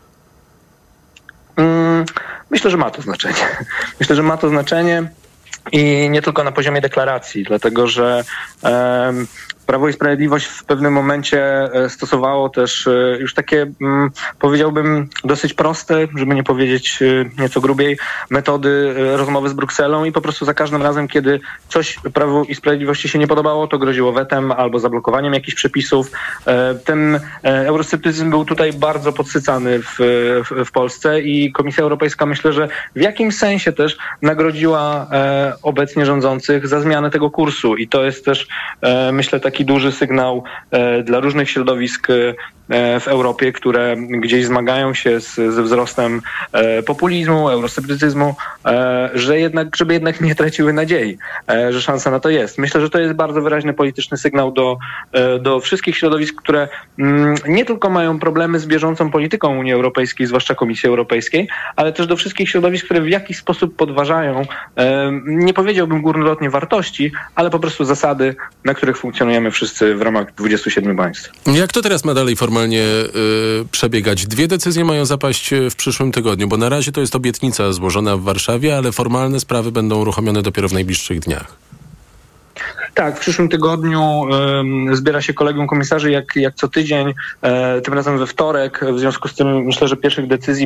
Myślę, że ma to znaczenie. Myślę, że ma to znaczenie i nie tylko na poziomie deklaracji, dlatego że Prawo i Sprawiedliwość w pewnym momencie stosowało też już takie, powiedziałbym, dosyć proste, żeby nie powiedzieć nieco grubiej, metody rozmowy z Brukselą i po prostu za każdym razem, kiedy coś Prawu i Sprawiedliwości się nie podobało, to groziło wetem albo zablokowaniem jakichś przepisów. Ten eurosceptycyzm był tutaj bardzo podsycany w Polsce i Komisja Europejska, myślę, że w jakimś sensie też nagrodziła obecnie rządzących za zmianę tego kursu i to jest też, myślę, taki duży sygnał dla różnych środowisk w Europie, które gdzieś zmagają się ze wzrostem populizmu, eurosceptycyzmu, żeby jednak nie traciły nadziei, że szansa na to jest. Myślę, że to jest bardzo wyraźny polityczny sygnał do wszystkich środowisk, które nie tylko mają problemy z bieżącą polityką Unii Europejskiej, zwłaszcza Komisji Europejskiej, ale też do wszystkich środowisk, które w jakiś sposób podważają, nie powiedziałbym górnolotnie wartości, ale po prostu zasady, na których funkcjonujemy wszyscy w ramach 27 państw. Jak to teraz ma dalej formalnie przebiegać? Dwie decyzje mają zapaść w przyszłym tygodniu, bo na razie to jest obietnica złożona w Warszawie, ale formalne sprawy będą uruchomione dopiero w najbliższych dniach. Tak, w przyszłym tygodniu zbiera się kolegium komisarzy jak co tydzień, tym razem we wtorek. W związku z tym myślę, że pierwszych decyzji,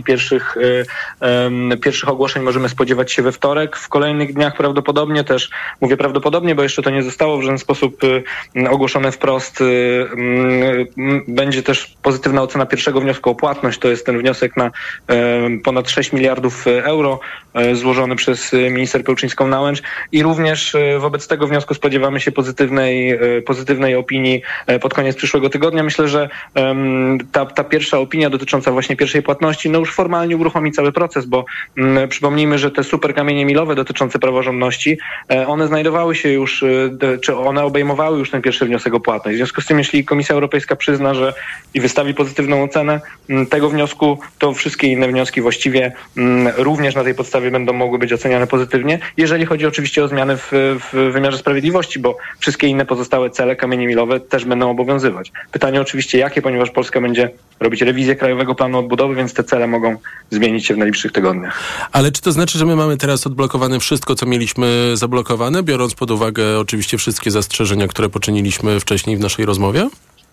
pierwszych ogłoszeń możemy spodziewać się we wtorek. W kolejnych dniach prawdopodobnie też, mówię prawdopodobnie, bo jeszcze to nie zostało w żaden sposób ogłoszone wprost, będzie też pozytywna ocena pierwszego wniosku o płatność. To jest ten wniosek na ponad 6 miliardów euro złożony przez minister Pełczyńską-Nałęcz i również wobec tego wniosku spodziewamy się pozytywnej opinii pod koniec przyszłego tygodnia. Myślę, że ta pierwsza opinia dotycząca właśnie pierwszej płatności już formalnie uruchomi cały proces, bo przypomnijmy, że te super kamienie milowe dotyczące praworządności, one znajdowały się już, czy one obejmowały już ten pierwszy wniosek o płatność. W związku z tym, jeśli Komisja Europejska przyzna, że i wystawi pozytywną ocenę tego wniosku, to wszystkie inne wnioski właściwie również na tej podstawie będą mogły być oceniane pozytywnie, jeżeli chodzi oczywiście o zmiany w wymiarze sprawiedliwości, bo wszystkie inne pozostałe cele, kamienie milowe też będą obowiązywać. Pytanie oczywiście jakie, ponieważ Polska będzie robić rewizję Krajowego Planu Odbudowy, więc te cele mogą zmienić się w najbliższych tygodniach. Ale czy to znaczy, że my mamy teraz odblokowane wszystko, co mieliśmy zablokowane, biorąc pod uwagę oczywiście wszystkie zastrzeżenia, które poczyniliśmy wcześniej w naszej rozmowie?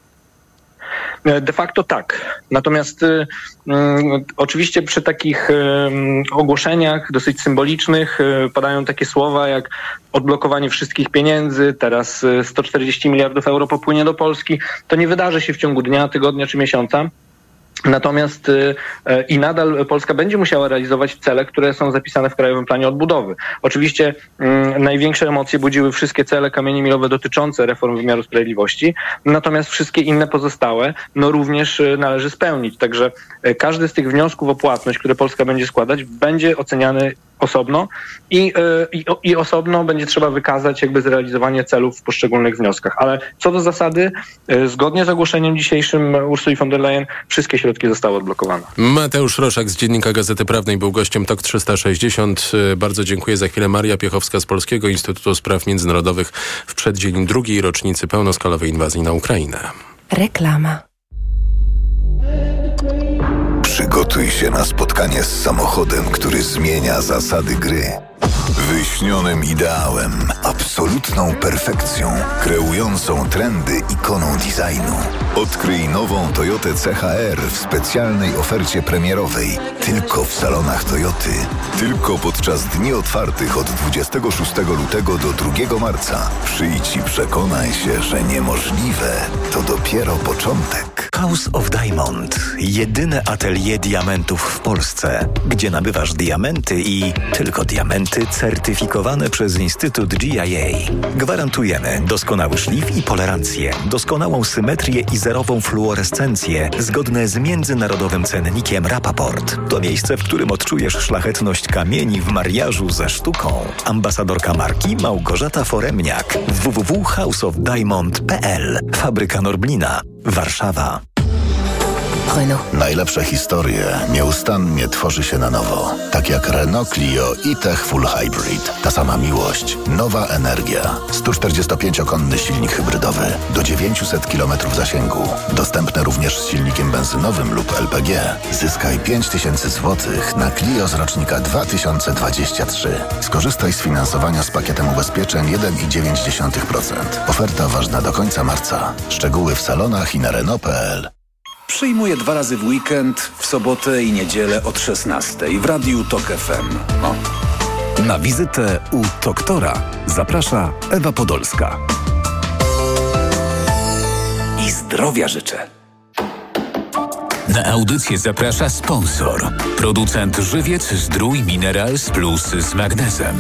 De facto tak. Natomiast oczywiście przy takich ogłoszeniach dosyć symbolicznych padają takie słowa jak odblokowanie wszystkich pieniędzy, teraz 140 miliardów euro popłynie do Polski. To nie wydarzy się w ciągu dnia, tygodnia czy miesiąca. Natomiast i nadal Polska będzie musiała realizować cele, które są zapisane w Krajowym Planie Odbudowy. Oczywiście największe emocje budziły wszystkie cele kamienie milowe dotyczące reform wymiaru sprawiedliwości, natomiast wszystkie inne pozostałe również należy spełnić. Także każdy z tych wniosków o płatność, które Polska będzie składać, będzie oceniany osobno i osobno będzie trzeba wykazać jakby zrealizowanie celów w poszczególnych wnioskach. Ale co do zasady, zgodnie z ogłoszeniem dzisiejszym Ursuli von der Leyen, wszystkie środki zostały odblokowane. Mateusz Roszak z Dziennika Gazety Prawnej był gościem TOK 360. Bardzo dziękuję. Za chwilę Maria Piechowska z Polskiego Instytutu Spraw Międzynarodowych w przeddzień drugiej rocznicy pełnoskalowej inwazji na Ukrainę. Reklama. Przygotuj się na spotkanie z samochodem, który zmienia zasady gry. Wyśnionym ideałem, absolutną perfekcją, kreującą trendy ikoną designu. Odkryj nową Toyotę CHR w specjalnej ofercie premierowej. Tylko w salonach Toyoty. Tylko podczas dni otwartych od 26 lutego do 2 marca. Przyjdź i przekonaj się, że niemożliwe to dopiero początek. House of Diamond. Jedyne atelier diamentów w Polsce, gdzie nabywasz diamenty i tylko diamenty certyfikowane przez Instytut GIA. Gwarantujemy doskonały szlif i polerancję, doskonałą symetrię i zerową fluorescencję zgodne z międzynarodowym cennikiem Rapaport. To miejsce, w którym odczujesz szlachetność kamieni w mariażu ze sztuką. Ambasadorka marki Małgorzata Foremniak. www.houseofdiamond.pl. Fabryka Norblina. Warszawa. Renault. Najlepsze historie nieustannie tworzy się na nowo. Tak jak Renault Clio e-Tech Full Hybrid. Ta sama miłość, nowa energia. 145-konny silnik hybrydowy do 900 km zasięgu. Dostępne również z silnikiem benzynowym lub LPG. Zyskaj 5000 zł na Clio z rocznika 2023. Skorzystaj z finansowania z pakietem ubezpieczeń 1,9%. Oferta ważna do końca marca. Szczegóły w salonach i na Renault.pl. Przyjmuję 2 razy w weekend, w sobotę i niedzielę od 16 w Radiu TOK FM. No. Na wizytę u doktora zaprasza Ewa Podolska. I zdrowia życzę. Na audycję zaprasza sponsor. Producent Żywiec Zdrój Minerals Plus z magnezem.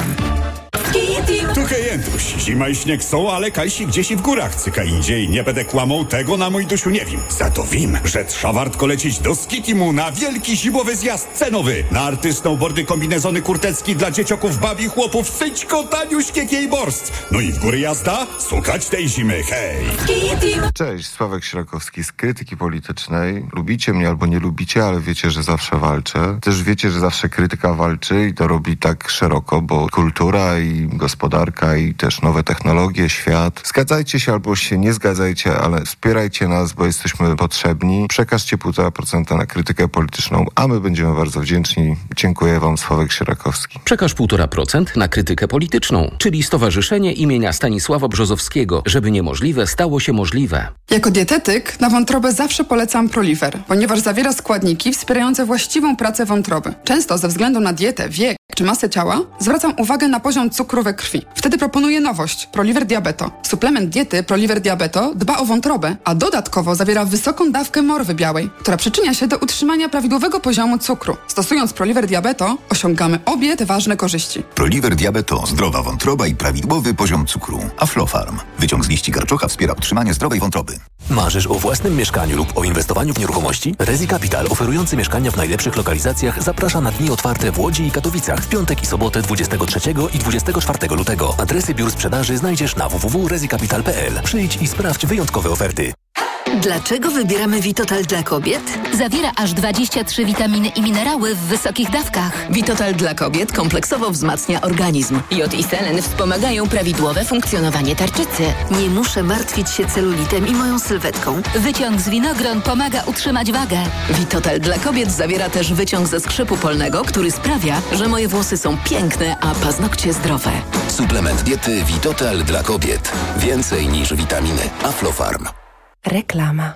Tu Jędruś. Zima i śnieg są, ale kajsi gdzieś i w górach. Cyka indziej, nie będę kłamał, tego na mój dusiu nie wiem. Za to wiem, że trza wartko lecieć do Skitimu na wielki zimowy zjazd cenowy. Na arty, snowboardy, kombinezony kurtecki dla dziecioków, babi, chłopów, syćko, taniuśkie kejborst. No i w góry jazda? Słuchać tej zimy, hej! Cześć, Sławek Sierakowski z Krytyki Politycznej. Lubicie mnie albo nie lubicie, ale wiecie, że zawsze walczę. Też wiecie, że zawsze krytyka walczy i to robi tak szeroko, bo kultura i gospodarka i też nowe technologie, świat. Zgadzajcie się albo się nie zgadzajcie, ale wspierajcie nas, bo jesteśmy potrzebni. Przekażcie 1,5% na krytykę polityczną, a my będziemy bardzo wdzięczni. Dziękuję wam, Sławek Sierakowski. Przekaż 1,5% na krytykę polityczną, czyli Stowarzyszenie imienia Stanisława Brzozowskiego, żeby niemożliwe stało się możliwe. Jako dietetyk na wątrobę zawsze polecam Proliver, ponieważ zawiera składniki wspierające właściwą pracę wątroby. Często ze względu na dietę, wiek czy masę ciała zwracam uwagę na poziom cukru we krwi. Wtedy proponuję nowość Proliver Diabeto. Suplement diety Proliver Diabeto dba o wątrobę, a dodatkowo zawiera wysoką dawkę morwy białej, która przyczynia się do utrzymania prawidłowego poziomu cukru. Stosując Proliver Diabeto osiągamy obie te ważne korzyści. Proliver Diabeto, zdrowa wątroba i prawidłowy poziom cukru. Aflofarm. Wyciąg z liści garczocha wspiera utrzymanie zdrowej wątroby. Marzysz o własnym mieszkaniu lub o inwestowaniu w nieruchomości? Resi Capital, oferujący mieszkania w najlepszych lokalizacjach, zaprasza na dni otwarte w Łodzi i Katowicach w piątek i sobotę 23 i 24 lutego. Adresy biur sprzedaży znajdziesz na www.resicapital.pl. Przyjdź i sprawdź wyjątkowe oferty. Dlaczego wybieramy Vitotal dla kobiet? Zawiera aż 23 witaminy i minerały w wysokich dawkach. Vitotal dla kobiet kompleksowo wzmacnia organizm. Jod i selen wspomagają prawidłowe funkcjonowanie tarczycy. Nie muszę martwić się celulitem i moją sylwetką. Wyciąg z winogron pomaga utrzymać wagę. Vitotal dla kobiet zawiera też wyciąg ze skrzypu polnego, który sprawia, że moje włosy są piękne, a paznokcie zdrowe. Suplement diety Vitotal dla kobiet. Więcej niż witaminy. Aflofarm. Reklama.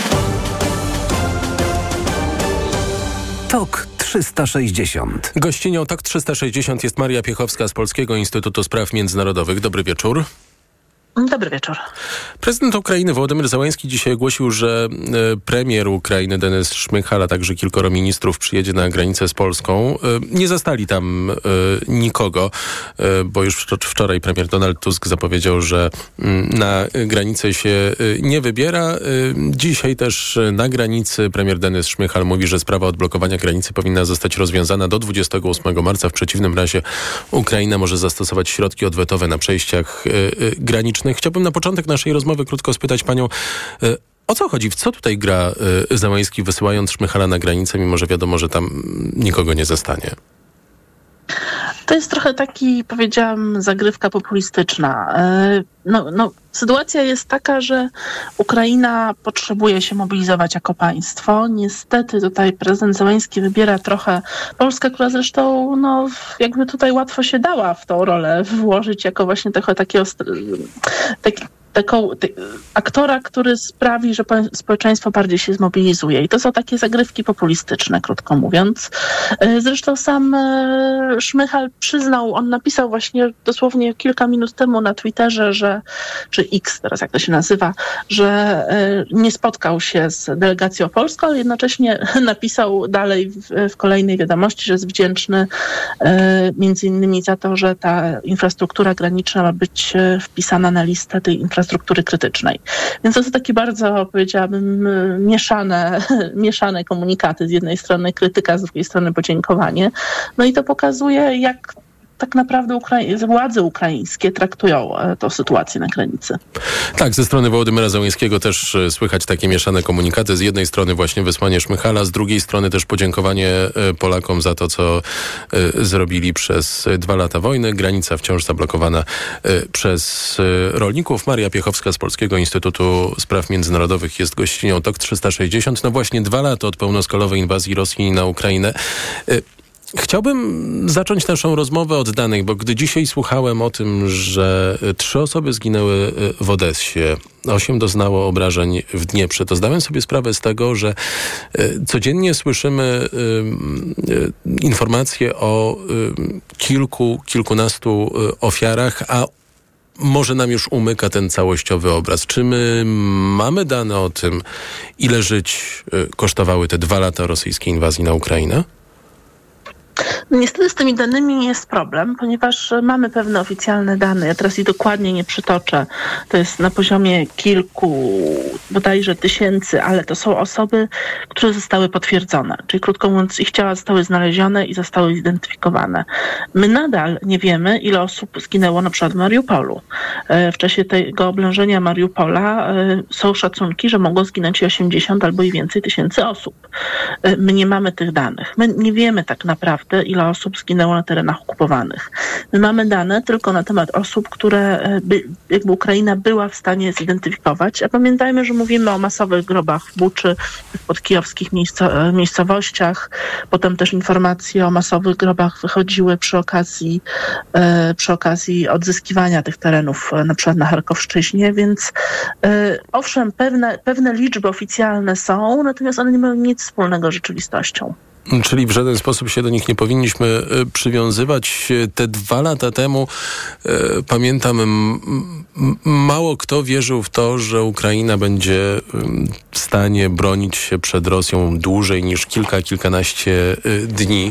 TOK 360. Gościnią TOK 360 jest Maria Piechowska z Polskiego Instytutu Spraw Międzynarodowych. Dobry wieczór. Dobry wieczór. Prezydent Ukrainy Wołodymyr Zełenski dzisiaj ogłosił, że premier Ukrainy Denys Szmychal, a także kilkoro ministrów przyjedzie na granicę z Polską. Nie zastali tam nikogo, bo już wczoraj premier Donald Tusk zapowiedział, że na granicę się nie wybiera. Dzisiaj też na granicy premier Denys Szmychal mówi, że sprawa odblokowania granicy powinna zostać rozwiązana do 28 marca. W przeciwnym razie Ukraina może zastosować środki odwetowe na przejściach granicznych. Chciałbym na początek naszej rozmowy krótko spytać panią, o co chodzi? W co tutaj gra Zełenski, wysyłając Szmychala na granicę, mimo że wiadomo, że tam nikogo nie zastanie? To jest trochę taki, powiedziałam, zagrywka populistyczna. Sytuacja jest taka, że Ukraina potrzebuje się mobilizować jako państwo. Niestety tutaj prezydent Zełenski wybiera trochę Polskę, która zresztą jakby tutaj łatwo się dała w tą rolę włożyć jako właśnie takiego aktora, który sprawi, że społeczeństwo bardziej się zmobilizuje. I to są takie zagrywki populistyczne, krótko mówiąc. Zresztą sam Szmychal przyznał, on napisał właśnie dosłownie kilka minut temu na Twitterze, czy X teraz jak to się nazywa, że nie spotkał się z delegacją polską, ale jednocześnie napisał dalej w kolejnej wiadomości, że jest wdzięczny między innymi za to, że ta infrastruktura graniczna ma być wpisana na listę tej infrastruktury krytycznej. Więc to są takie bardzo, powiedziałabym, mieszane komunikaty. Z jednej strony krytyka, z drugiej strony podziękowanie. No i to pokazuje, jak tak naprawdę władze ukraińskie traktują tą sytuację na granicy. Tak, ze strony Wołodymyra Zełenskiego też słychać takie mieszane komunikaty. Z jednej strony właśnie wysłanie Szmychala, z drugiej strony też podziękowanie Polakom za to, co zrobili przez 2 lata wojny. Granica wciąż zablokowana przez rolników. Maria Piechowska z Polskiego Instytutu Spraw Międzynarodowych jest gościnią TOK 360. No właśnie 2 lata od pełnoskalowej inwazji Rosji na Ukrainę. Chciałbym zacząć naszą rozmowę od danych, bo gdy dzisiaj słuchałem o tym, że 3 osoby zginęły w Odessie, 8 doznało obrażeń w Dnieprze, to zdałem sobie sprawę z tego, że codziennie słyszymy informacje o kilkunastu ofiarach, a może nam już umyka ten całościowy obraz. Czy my mamy dane o tym, ile żyć kosztowały te 2 lata rosyjskiej inwazji na Ukrainę? Niestety z tymi danymi jest problem, ponieważ mamy pewne oficjalne dane. Ja teraz ich dokładnie nie przytoczę. To jest na poziomie kilku, bodajże tysięcy, ale to są osoby, które zostały potwierdzone. Czyli krótko mówiąc, ich ciała zostały znalezione i zostały zidentyfikowane. My nadal nie wiemy, ile osób zginęło na przykład w Mariupolu. W czasie tego oblężenia Mariupola są szacunki, że mogło zginąć i 80 albo i więcej tysięcy osób. My nie mamy tych danych. My nie wiemy tak naprawdę, ile osób zginęło na terenach okupowanych. My mamy dane tylko na temat osób, które jakby Ukraina była w stanie zidentyfikować. A pamiętajmy, że mówimy o masowych grobach w Buczy, w podkijowskich miejscowościach. Potem też informacje o masowych grobach wychodziły przy okazji odzyskiwania tych terenów, na przykład na Charkowszczyźnie, więc owszem, pewne liczby oficjalne są, natomiast one nie mają nic wspólnego z rzeczywistością. Czyli w żaden sposób się do nich nie powinniśmy przywiązywać. Te 2 lata temu, pamiętam, mało kto wierzył w to, że Ukraina będzie w stanie bronić się przed Rosją dłużej niż kilkanaście dni.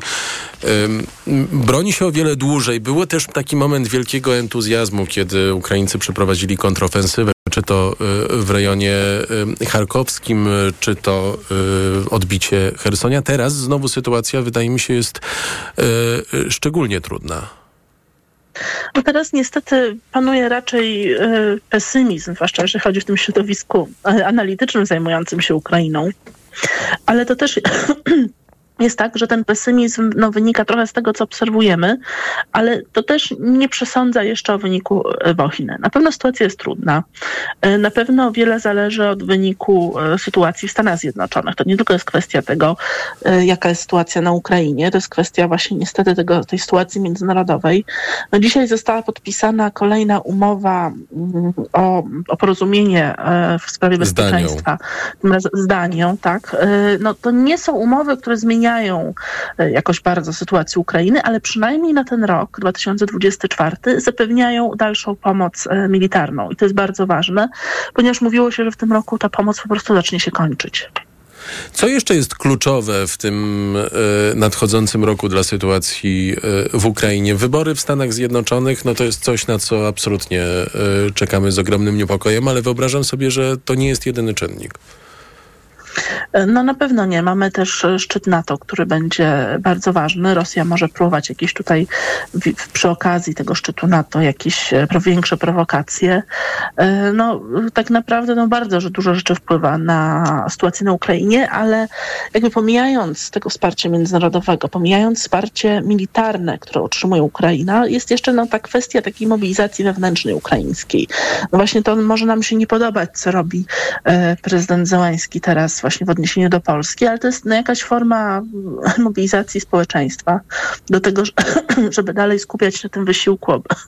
Broni się o wiele dłużej. Było też taki moment wielkiego entuzjazmu, kiedy Ukraińcy przeprowadzili kontrofensywę, czy to w rejonie charkowskim, czy to odbicie Chersonia. Teraz znowu sytuacja, wydaje mi się, jest szczególnie trudna. No teraz niestety panuje raczej pesymizm, zwłaszcza jeżeli chodzi w tym środowisku analitycznym zajmującym się Ukrainą. Ale to też jest tak, że ten pesymizm wynika trochę z tego, co obserwujemy, ale to też nie przesądza jeszcze o wyniku wojny. Na pewno sytuacja jest trudna. Na pewno wiele zależy od wyniku sytuacji w Stanach Zjednoczonych. To nie tylko jest kwestia tego, jaka jest sytuacja na Ukrainie, to jest kwestia właśnie niestety tej sytuacji międzynarodowej. No dzisiaj została podpisana kolejna umowa o porozumienie w sprawie bezpieczeństwa z Danią, tak. No to nie są umowy, które zmieniają zmieniają jakoś bardzo sytuację Ukrainy, ale przynajmniej na ten rok 2024 zapewniają dalszą pomoc militarną. I to jest bardzo ważne, ponieważ mówiło się, że w tym roku ta pomoc po prostu zacznie się kończyć. Co jeszcze jest kluczowe w tym nadchodzącym roku dla sytuacji w Ukrainie? Wybory w Stanach Zjednoczonych, no to jest coś, na co absolutnie czekamy z ogromnym niepokojem, ale wyobrażam sobie, że to nie jest jedyny czynnik. No na pewno nie. Mamy też szczyt NATO, który będzie bardzo ważny. Rosja może próbować jakieś tutaj przy okazji tego szczytu NATO jakieś większe prowokacje. No tak naprawdę bardzo, że dużo rzeczy wpływa na sytuację na Ukrainie, ale jakby pomijając tego wsparcia międzynarodowego, pomijając wsparcie militarne, które otrzymuje Ukraina, jest jeszcze ta kwestia takiej mobilizacji wewnętrznej ukraińskiej. No właśnie to może nam się nie podobać, co robi prezydent Zełenski teraz właśnie w odniesieniu do Polski, ale to jest jakaś forma mobilizacji społeczeństwa do tego, żeby dalej skupiać się na tym wysiłku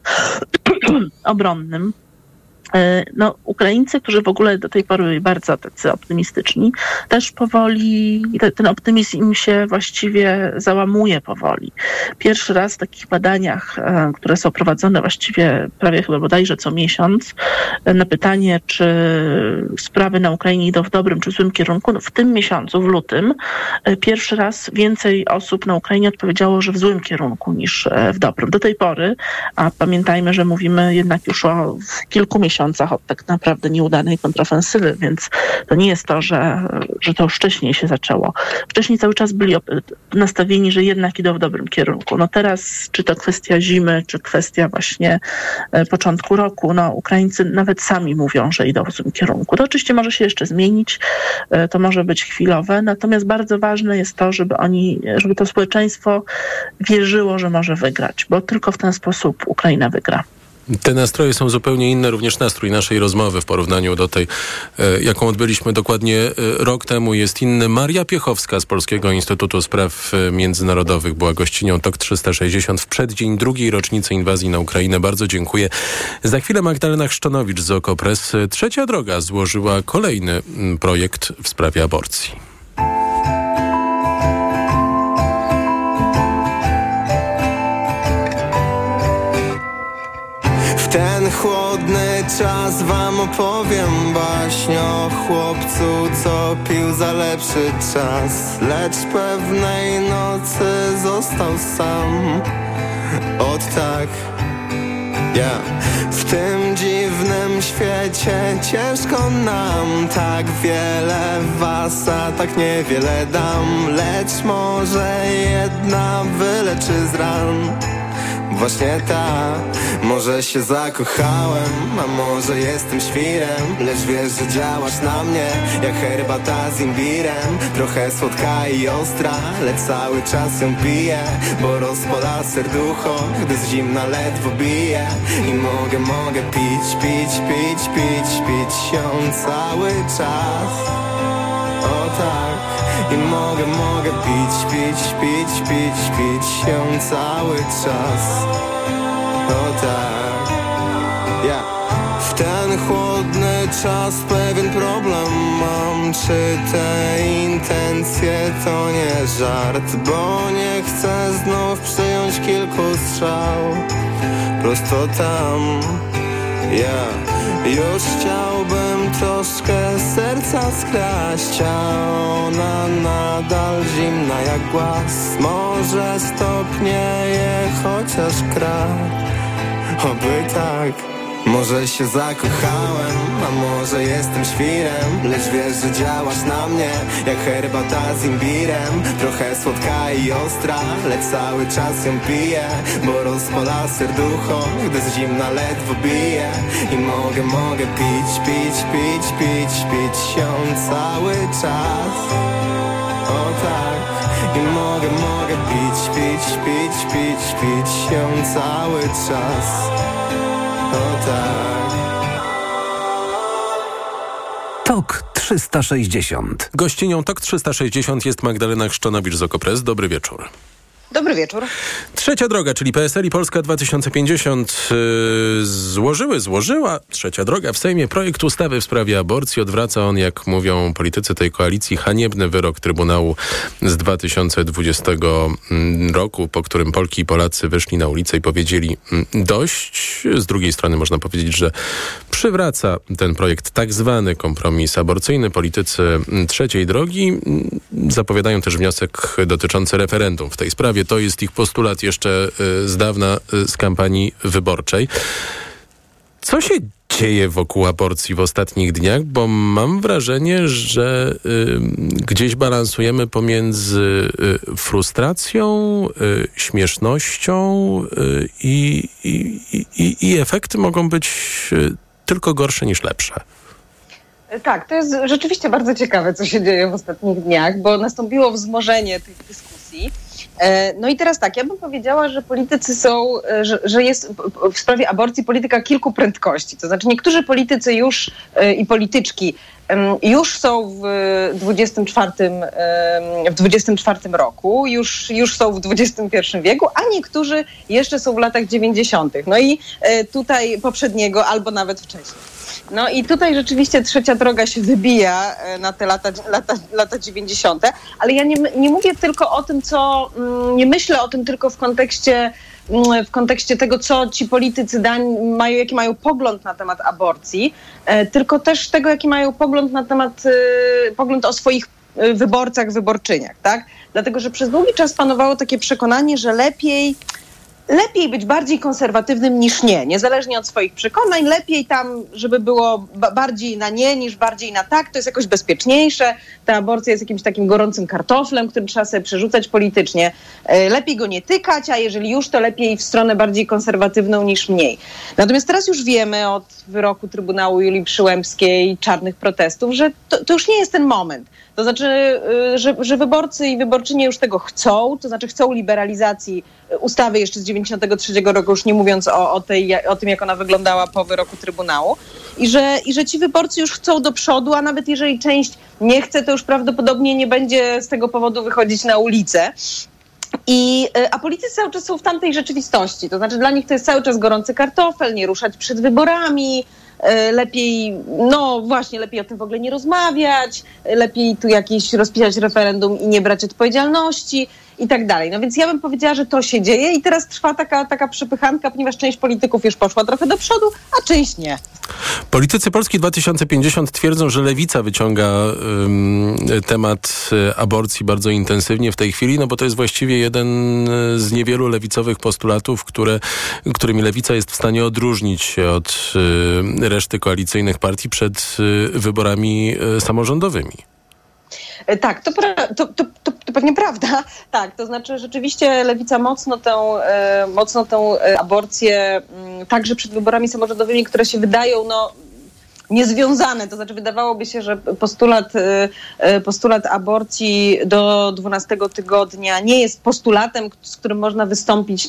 obronnym. No, Ukraińcy, którzy w ogóle do tej pory byli bardzo tacy optymistyczni, też powoli, ten optymizm im się właściwie załamuje powoli. Pierwszy raz w takich badaniach, które są prowadzone właściwie prawie chyba bodajże co miesiąc, na pytanie, czy sprawy na Ukrainie idą w dobrym czy złym kierunku, no w tym miesiącu, w lutym, pierwszy raz więcej osób na Ukrainie odpowiedziało, że w złym kierunku niż w dobrym. Do tej pory, a pamiętajmy, że mówimy jednak już o kilku miesiącach od tak naprawdę nieudanej kontrofensywy, więc to nie jest to, że to już wcześniej się zaczęło. Wcześniej cały czas byli nastawieni, że jednak idą w dobrym kierunku. No teraz, czy to kwestia zimy, czy kwestia właśnie początku roku, no Ukraińcy nawet sami mówią, że idą w złym kierunku. To oczywiście może się jeszcze zmienić, to może być chwilowe, natomiast bardzo ważne jest to, żeby to społeczeństwo wierzyło, że może wygrać, bo tylko w ten sposób Ukraina wygra. Te nastroje są zupełnie inne, również nastrój naszej rozmowy w porównaniu do tej, jaką odbyliśmy dokładnie rok temu, jest inny. Maria Piechowska z Polskiego Instytutu Spraw Międzynarodowych była gościnią TOK 360 w przeddzień drugiej rocznicy inwazji na Ukrainę. Bardzo dziękuję. Za chwilę Magdalena Chrzczonowicz z OKO.press. Trzecia Droga złożyła kolejny projekt w sprawie aborcji. Ten chłodny czas wam opowiem baśń o chłopcu, co pił za lepszy czas, lecz pewnej nocy został sam. Ot tak, w tym dziwnym świecie ciężko nam, tak wiele was, a tak niewiele dam, lecz może jedna wyleczy z ran. Właśnie tak, może się zakochałem, a może jestem świrem, lecz wiesz, że działasz na mnie jak herbata z imbirem. Trochę słodka i ostra, lecz cały czas ją piję, bo rozpala serducho, gdy z zimna ledwo bije. I mogę pić ją cały czas. O tak. I mogę pić ją cały czas. O tak. W ten chłodny czas pewien problem mam. Czy te intencje to nie żart? Bo nie chcę znów przyjąć kilku strzał prosto tam. Już chciałbym troszkę serca skraść, a ona nadal zimna jak głaz. Może stopnieje chociaż krak, oby tak. Może się zakochałem, a może jestem świrem, lecz wiesz, że działasz na mnie jak herbata z imbirem. Trochę słodka i ostra, lecz cały czas ją piję, bo rozpala serducho, gdy z zimna ledwo bije. I mogę pić ją cały czas. O tak. I mogę pić ją cały czas. O tak. TOK 360. Gościnią TOK 360 jest Magdalena Chrzczonowicz z OKO.press. Dobry wieczór. Dobry wieczór. Trzecia droga, czyli PSL i Polska 2050 złożyła Trzecia droga w Sejmie projekt ustawy w sprawie aborcji. Odwraca on, jak mówią politycy tej koalicji, haniebny wyrok Trybunału z 2020 roku, po którym Polki i Polacy wyszli na ulicę i powiedzieli dość. Z drugiej strony można powiedzieć, że przywraca ten projekt tak zwany kompromis aborcyjny. Politycy Trzeciej Drogi zapowiadają też wniosek dotyczący referendum w tej sprawie. To jest ich postulat jeszcze z dawna, z kampanii wyborczej. Co się dzieje wokół aborcji w ostatnich dniach? Bo mam wrażenie, że gdzieś balansujemy pomiędzy frustracją, śmiesznością i efekty mogą być tylko gorsze niż lepsze. Tak, to jest rzeczywiście bardzo ciekawe, co się dzieje w ostatnich dniach, bo nastąpiło wzmożenie tych dyskusji. No i teraz tak, ja bym powiedziała, że politycy są, że jest w sprawie aborcji polityka kilku prędkości. To znaczy niektórzy politycy już i polityczki już są w XXIV roku, już są w XXI wieku, a niektórzy jeszcze są w latach 90. No i tutaj poprzedniego albo nawet wcześniej. No i tutaj rzeczywiście Trzecia Droga się wybija na te lata 90., ale ja nie mówię tylko o tym, nie myślę o tym tylko w kontekście tego, co ci politycy mają, jaki mają pogląd na temat aborcji, tylko też tego, jaki mają pogląd o swoich wyborcach, wyborczyniach, tak? Dlatego, że przez długi czas panowało takie przekonanie, że lepiej być bardziej konserwatywnym niż nie. Niezależnie od swoich przekonań, lepiej tam, żeby było bardziej na nie niż bardziej na tak. To jest jakoś bezpieczniejsze. Ta aborcja jest jakimś takim gorącym kartoflem, który trzeba sobie przerzucać politycznie. Lepiej go nie tykać, a jeżeli już, to lepiej w stronę bardziej konserwatywną niż mniej. Natomiast teraz już wiemy od wyroku Trybunału Julii Przyłębskiej, czarnych protestów, że to już nie jest ten moment. To znaczy, że wyborcy i wyborczynie już tego chcą, to znaczy chcą liberalizacji ustawy jeszcze z 1993 roku, już nie mówiąc o tym, jak ona wyglądała po wyroku Trybunału. I że ci wyborcy już chcą do przodu, a nawet jeżeli część nie chce, to już prawdopodobnie nie będzie z tego powodu wychodzić na ulicę. A politycy cały czas są w tamtej rzeczywistości. To znaczy dla nich to jest cały czas gorący kartofel, nie ruszać przed wyborami, lepiej o tym w ogóle nie rozmawiać, lepiej tu jakieś rozpisać referendum i nie brać odpowiedzialności i tak dalej. No więc ja bym powiedziała, że to się dzieje i teraz trwa taka przepychanka, ponieważ część polityków już poszła trochę do przodu, a część nie. Politycy Polski 2050 twierdzą, że Lewica wyciąga temat aborcji bardzo intensywnie w tej chwili, no bo to jest właściwie jeden z niewielu lewicowych postulatów, którymi Lewica jest w stanie odróżnić się od reszty koalicyjnych partii przed wyborami samorządowymi. Tak, to pewnie prawda. Tak, to znaczy rzeczywiście Lewica mocno tę aborcję, także przed wyborami samorządowymi, które się wydają niezwiązane. To znaczy wydawałoby się, że postulat aborcji do 12 tygodnia nie jest postulatem, z którym można wystąpić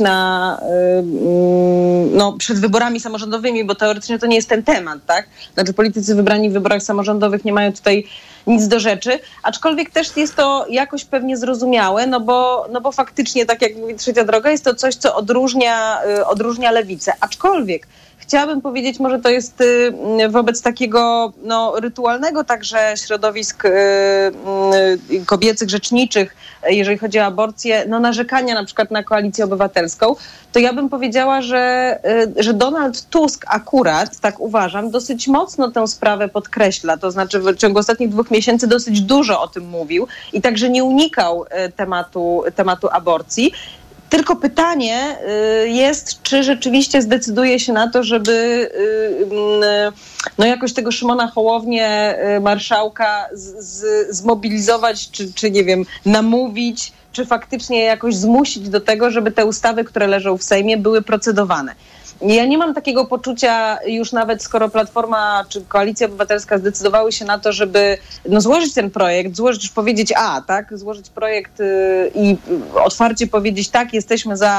przed wyborami samorządowymi, bo teoretycznie to nie jest ten temat, tak? Znaczy politycy wybrani w wyborach samorządowych nie mają tutaj nic do rzeczy, aczkolwiek też jest to jakoś pewnie zrozumiałe, no bo faktycznie, tak jak mówi Trzecia Droga, jest to coś, co odróżnia lewicę. Aczkolwiek chciałabym powiedzieć, może to jest wobec takiego rytualnego także środowisk kobiecych, rzeczniczych, jeżeli chodzi o aborcję, narzekania na przykład na Koalicję Obywatelską, to ja bym powiedziała, że Donald Tusk akurat, tak uważam, dosyć mocno tę sprawę podkreśla. To znaczy w ciągu ostatnich 2 miesięcy dosyć dużo o tym mówił i także nie unikał tematu aborcji. Tylko pytanie jest, czy rzeczywiście zdecyduje się na to, żeby jakoś tego Szymona Hołownię, marszałka, zmobilizować, czy nie wiem, namówić, czy faktycznie jakoś zmusić do tego, żeby te ustawy, które leżą w Sejmie, były procedowane. Ja nie mam takiego poczucia, już nawet skoro Platforma czy Koalicja Obywatelska zdecydowały się na to, żeby złożyć ten projekt, powiedzieć złożyć projekt i otwarcie powiedzieć tak, jesteśmy za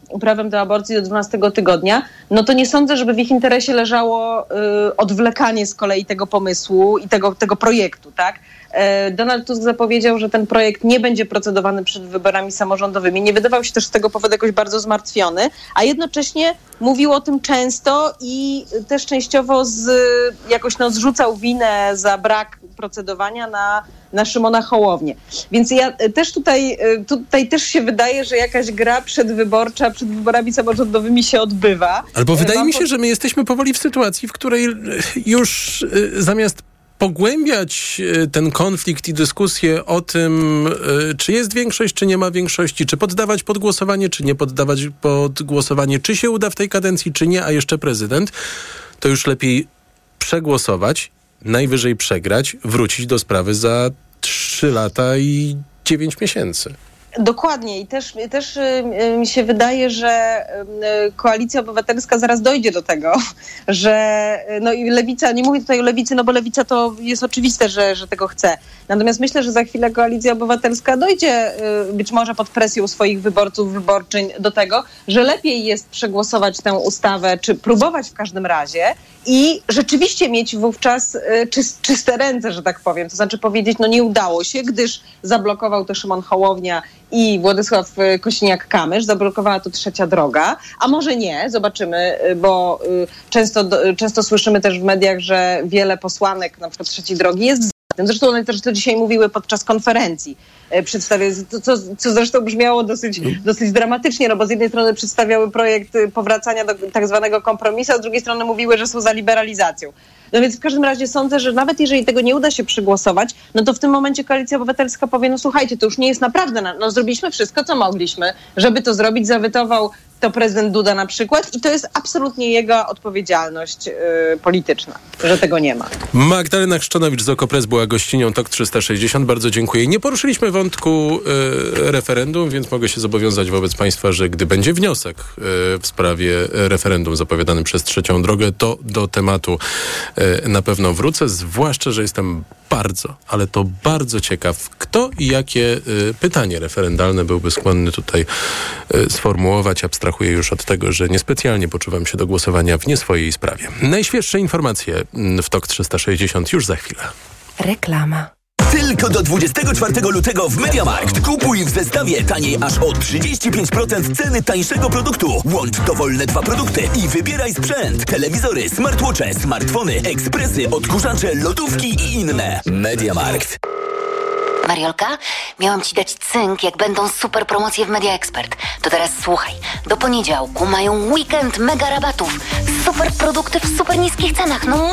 prawem do aborcji do 12 tygodnia, no to nie sądzę, żeby w ich interesie leżało odwlekanie z kolei tego pomysłu i tego projektu, tak? Donald Tusk zapowiedział, że ten projekt nie będzie procedowany przed wyborami samorządowymi. Nie wydawał się też z tego powodu jakoś bardzo zmartwiony, a jednocześnie mówił o tym często i też częściowo zrzucał winę za brak procedowania na Szymona Hołownię. Więc ja też tutaj też się wydaje, że jakaś gra przedwyborcza przed wyborami samorządowymi się odbywa. Albo wydaje mi się, że my jesteśmy powoli w sytuacji, w której już zamiast pogłębiać ten konflikt i dyskusję o tym, czy jest większość, czy nie ma większości, czy poddawać pod głosowanie, czy nie poddawać pod głosowanie, czy się uda w tej kadencji, czy nie, a jeszcze prezydent, to już lepiej przegłosować, najwyżej przegrać, wrócić do sprawy za 3 lata i 9 miesięcy. Dokładnie i też mi się wydaje, że Koalicja Obywatelska zaraz dojdzie do tego, że no i Lewica, nie mówię tutaj o Lewicy, no bo Lewica to jest oczywiste, że tego chce. Natomiast myślę, że za chwilę Koalicja Obywatelska dojdzie być może pod presją swoich wyborców, wyborczyń do tego, że lepiej jest przegłosować tę ustawę, czy próbować w każdym razie i rzeczywiście mieć wówczas czyste ręce, że tak powiem. To znaczy powiedzieć, no nie udało się, gdyż zablokował to Szymon Hołownia i Władysław Kosiniak-Kamysz, zablokowała to Trzecia Droga, a może nie, zobaczymy, bo często słyszymy też w mediach, że wiele posłanek na przykład Trzeciej Drogi jest za tym. Zresztą one też to dzisiaj mówiły podczas konferencji. Co zresztą brzmiało dosyć dramatycznie, no bo z jednej strony przedstawiały projekt powracania do tak zwanego kompromisu, a z drugiej strony mówiły, że są za liberalizacją. No więc w każdym razie sądzę, że nawet jeżeli tego nie uda się przegłosować, no to w tym momencie Koalicja Obywatelska powie, no słuchajcie, to już nie jest naprawdę, no zrobiliśmy wszystko, co mogliśmy, żeby to zrobić, zawetował to prezydent Duda na przykład i to jest absolutnie jego odpowiedzialność polityczna, że tego nie ma. Magdalena Chrzczanowicz z OKO.press była gościnią TOK 360. Bardzo dziękuję. Nie poruszyliśmy wątku referendum, więc mogę się zobowiązać wobec państwa, że gdy będzie wniosek w sprawie referendum zapowiadany przez Trzecią Drogę, to do tematu na pewno wrócę, zwłaszcza, że jestem bardzo, ale to bardzo ciekaw, kto i jakie pytanie referendalne byłby skłonny tutaj sformułować. Abstrahuję już od tego, że niespecjalnie poczuwam się do głosowania w nieswojej sprawie. Najświeższe informacje w TOK 360 już za chwilę. Reklama. Tylko do 24 lutego w MediaMarkt. Kupuj w zestawie taniej aż o 35% ceny tańszego produktu. Łącz dowolne 2 produkty i wybieraj sprzęt. Telewizory, smartwatche, smartfony, ekspresy, odkurzacze, lodówki i inne. MediaMarkt. Mariolka, miałam ci dać cynk, jak będą super promocje w Media Expert. To teraz słuchaj. Do poniedziałku mają weekend mega rabatów. Super produkty w super niskich cenach. No